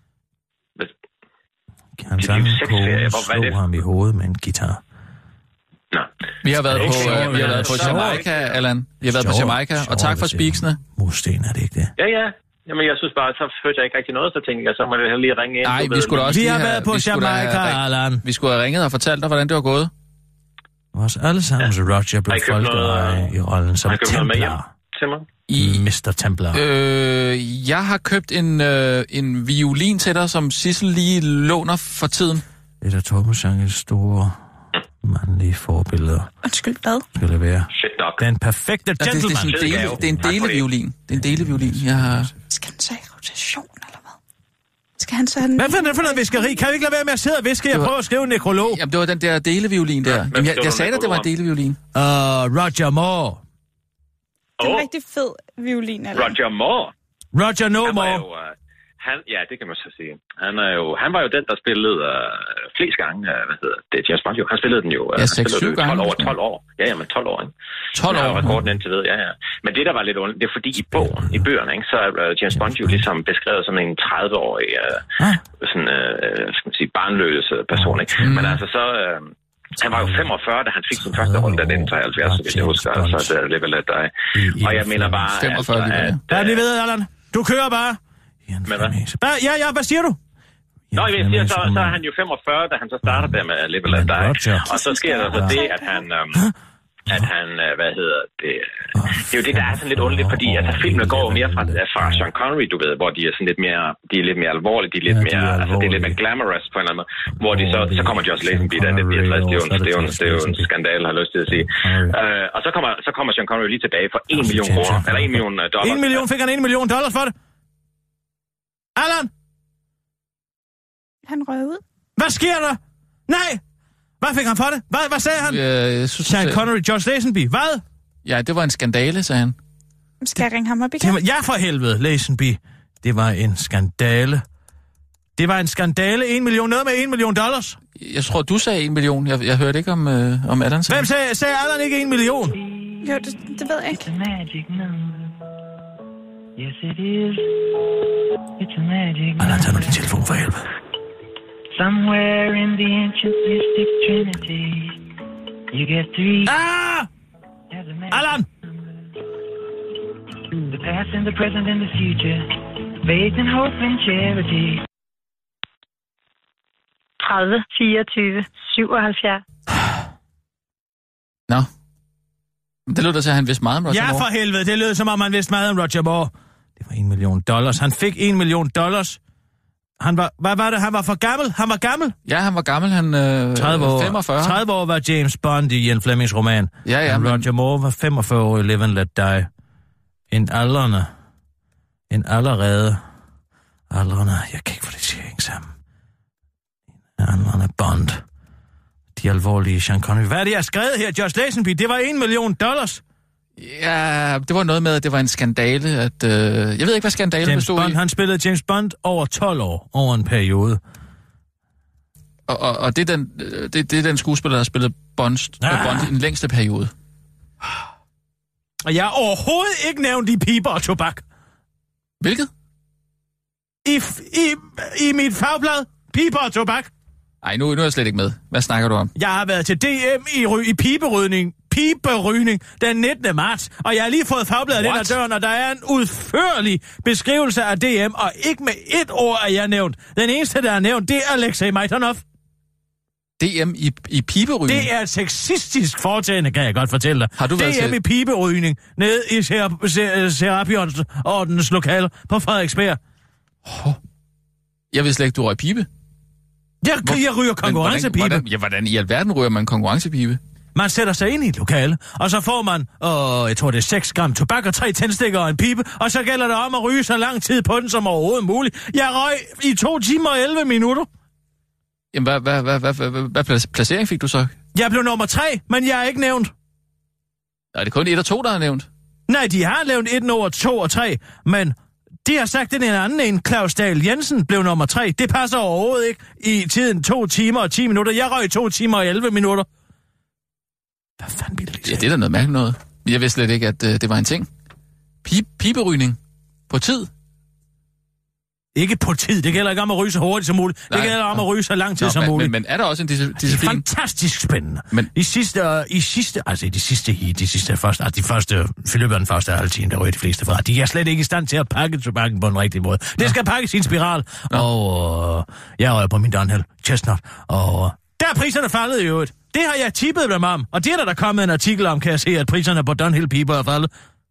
Han sang slog ham i hovedet med en guitar. Nå. Vi har været på Jamaica, Allan. Vi har været på Jamaica, og tak for spiksene. Mursten, er det ikke det? Ja. Jamen, jeg synes bare, så hørte jeg ikke rigtig noget, så tænkte jeg, så må det lige ringe ind. Nej, vi skulle også Vi har været på Jamaica, Allan. Vi skulle have ringet og fortalt dig, hvordan det var gået. Vores allesammens Roger blev folkeeje i rollen som Templar. Mr. Templar. Jeg har købt en violin til dig, som Sissel lige låner for tiden. Et af Torbensangens store mandlige forbilleder. Undskyld, hvad? Skal det være? Den perfekte gentleman. Det er en deleviolin. Det er en deleviolin. Skal han så i rotation, eller hvad? Skal han så have den? Hvad for noget viskeri? Kan vi ikke lade være med at sidde og viske? Jeg prøver at skrive en nekrolog. Jamen, det var den der deleviolin der. Jamen, jeg sagde dig, det var en deleviolin. Roger Moore. Det er en rigtig fed violin, eller? Roger Moore? Roger No More. Ja, det kan man så sige. Han var jo den, der spillede flest gange, det er James Bond jo. Han spillede den jo. Ja, 6-7 gange. 12 år. Ja, men 12 år, ikke? 12 år? Det var rekorden indtil ved, ja. Men det, der var lidt ondt, det er fordi i bøgerne, ikke, så er James Bond jo ligesom beskrevet som en 30-årig, sådan, skal man sige, barnløs person, ikke? Men altså så... Han var jo 45, da han fik sin første rolle, da den 73, hvis jeg husker, så det er lidt lidt dig. Og jeg mener bare... 45 lige hvad er det ved, Allan? Du kører bare. Men hvad? Ja, hvad siger du? Nå, jeg siger, så er han jo 45, da han så starter der med Live and Die. Og så sker der så det, at han, hvad hedder det, Det er jo det, der er sådan lidt underligt, fordi altså, filmene går mere fra Sean Connery, du ved, hvor de er sådan lidt mere, alvorlige, de er lidt mere, altså det er lidt mere glamorous på en eller anden måde, hvor de så kommer Josh Lazenby, der er lidt 64, det er jo en skandal, har jeg lyst til at sige. Og så kommer Sean Connery lige tilbage for $1 million, eller $1 million. 1 million, fik han $1 million for det? Allan? Han røg ud. Hvad sker der? Nej! Hvad fik han for det? Hvad sagde han? Sean Connery, Josh Lazenby. Hvad? Ja, det var en skandale, sagde han. Skal jeg ringe ham op igen? Ja, for helvede, Lazenby. Det var en skandale. Det var en skandale. 1 million. Noget med $1 million. Jeg tror, du sagde 1 million. Jeg hørte ikke om Allan. Hvem sagde Allan ikke 1 million? Jo, det ved jeg ikke. Allan, tag nu din telefon for helvede. Somewhere in the ancient mystic trinity, you get three. Allan! The past and the present and the future, faith and hope and charity. 30, 24, 77. Nå. Det lød da til, at han vidste meget om Roger Moore. Ja, for helvede. Det lød, som om han vidste meget om Roger Moore. Det var $1 million. Han fik $1 million. Hvad var det? Han var for gammel? Han var gammel? Ja, han var gammel. Han 30 år. 45. 30 år var James Bond i Ian Flemings roman. Ja, men Roger Moore var 45 år i Live and Let Die. En aldrende, jeg kan ikke få det til at hænge sammen. En aldrende Bond. De alvorlige Sean Connery. Hvad er det, jeg har skrevet her, Josh Lazenby? Det var $1 million. Ja, det var noget med, at det var en skandale. Jeg ved ikke, hvad skandalen bestod i. Han spillede James Bond over 12 år, over en periode. Og det er den skuespiller, der har spillet Bond i den længste periode. Og jeg har overhovedet ikke nævnt i piber og tobak. Hvilket? I mit fagblad. Piber og tobak. Ej, nu er jeg slet ikke med. Hvad snakker du om? Jeg har været til DM i piberygning den 19. marts, og jeg har lige fået fagbladet ind ad døren, og der er en udførlig beskrivelse af DM, og ikke med et ord er jeg nævnt. Den eneste, der er nævnt, det er Alexei Maitonov. DM i piberygning? Det er et sexistisk foretagende, kan jeg godt fortælle dig. Har du været DM i piberygning, nede i Serapionordens lokale på Frederiksberg. Jeg vidste slet ikke, du røg pibe. Jeg ryger konkurrencepibe. Hvordan i alverden ryger man konkurrencepibe? Man sætter sig ind i et lokale, og så får man, jeg tror det er 6 gram tobak og 3 tændstikker og en pibe, og så gælder det om at ryge så lang tid på den som overhovedet muligt. Jeg røg i 2 timer og 11 minutter. Jamen, hvad placering fik du så? Jeg blev nummer 3, men jeg er ikke nævnt. Er det kun 1 og 2, der er nævnt? Nej, de har nævnt 1 over 2 og 3, men de har sagt, at den anden en, Claus Dahl Jensen, blev nummer 3. Det passer overhovedet ikke i tiden 2 timer og 10 minutter. Jeg røg 2 timer og 11 minutter. Hvad fanden bliver det lige? Ja, det er da noget mærkeligt noget. Jeg vidste slet ikke, at det var en ting. Piberygning. På tid. Ikke på tid. Det gælder ikke om at ryge så hurtigt som muligt. Det gælder om at ryge så lang tid som muligt. Men er der også en disciplin? Det er fantastisk spændende. Men de første forløb af den første halve time, der ryger de fleste fra. De er slet ikke i stand til at pakke tobakken på en rigtig måde. Det skal pakkes i en spiral. Og jeg rører på min Dunhill Chestnut. Og der er priserne faldet i øvrigt. Det har jeg tippet dem om. Og det er der kommet en artikel om, kan jeg se, at priserne på Dunhill piber er faldet.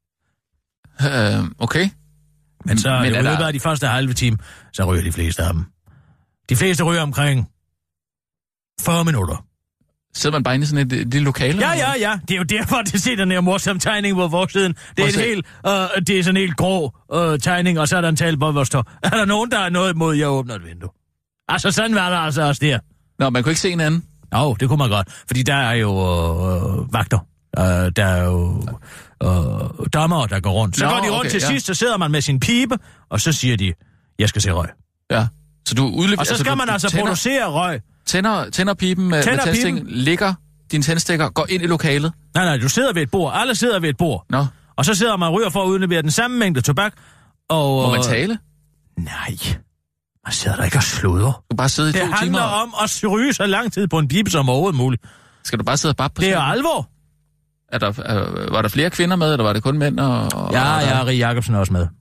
Okay. Men så i løbet af de første halve time, så ryger de fleste af dem. De fleste ryger omkring 40 minutter. Sidder man bare inde i sådan et lille lokale? Ja. Det er jo derfor, det ser den her morsom tegning på forsiden. Det er det er sådan en helt grå tegning, og så er der en tale på, hvor står, er der nogen, der har noget imod, jeg åbner et vindue? Altså, sådan var der altså også der. Nå, man kunne ikke se en anden? Jo, det kunne man godt, fordi der er jo vagter. Der er jo dommere, der går rundt. Så går de rundt til sidst, så sidder man med sin pibe, og så siger de, jeg skal se røg. Ja, så du udleverer... Og så skal man altså producere røg. Tænder piben med tændstik, ligger din tændstikker, går ind i lokalet. Nej, du sidder ved et bord. Alle sidder ved et bord. Nå. Og så sidder man og ryger for at udlevere den samme mængde tobak. Og, må man tale? Nej. Man sidder der ikke og sludrer. Du bare sidde i 2 timer. Det handler om at ryge så lang tid på en pibe som overhovedet muligt. Skal du bare sidde og bare på det er alvor. Var der flere kvinder med, eller var det kun mænd? Ja, Rie Jacobsen er også med.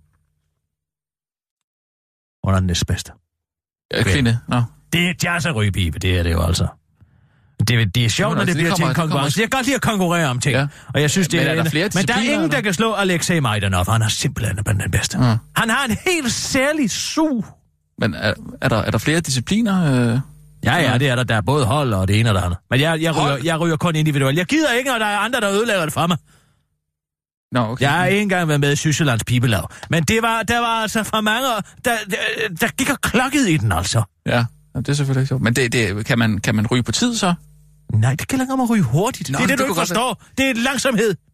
Hun er den næstbedste. Kvinde, nå. Det er jazz at ryge pibe, det er det jo altså. Det er sjovt, når det bliver til en konkurrence. Jeg kan godt lide at konkurrere om ting. Ja. Og jeg synes, det er men der er ingen, der kan slå Alexej Majdanov. Han er simpelthen den bedste. Ja. Han har en helt særlig sug. Men er der flere discipliner? Ja, det er der. Der er både hold og det ene og det andet. Men jeg ryger kun individuelt. Jeg gider ikke, og der er andre, der ødelægger det for mig. Nå, okay. Jeg har ikke engang været med i Sydsjællands Pibelav. Men der var altså for mange, der gik og klokkede i den, altså. Ja, det er selvfølgelig ikke sjovt. Men kan man ryge på tid, så? Nej, det kan ikke om at ryge hurtigt. Nå, det er det, du ikke forstår. Det er langsomhed.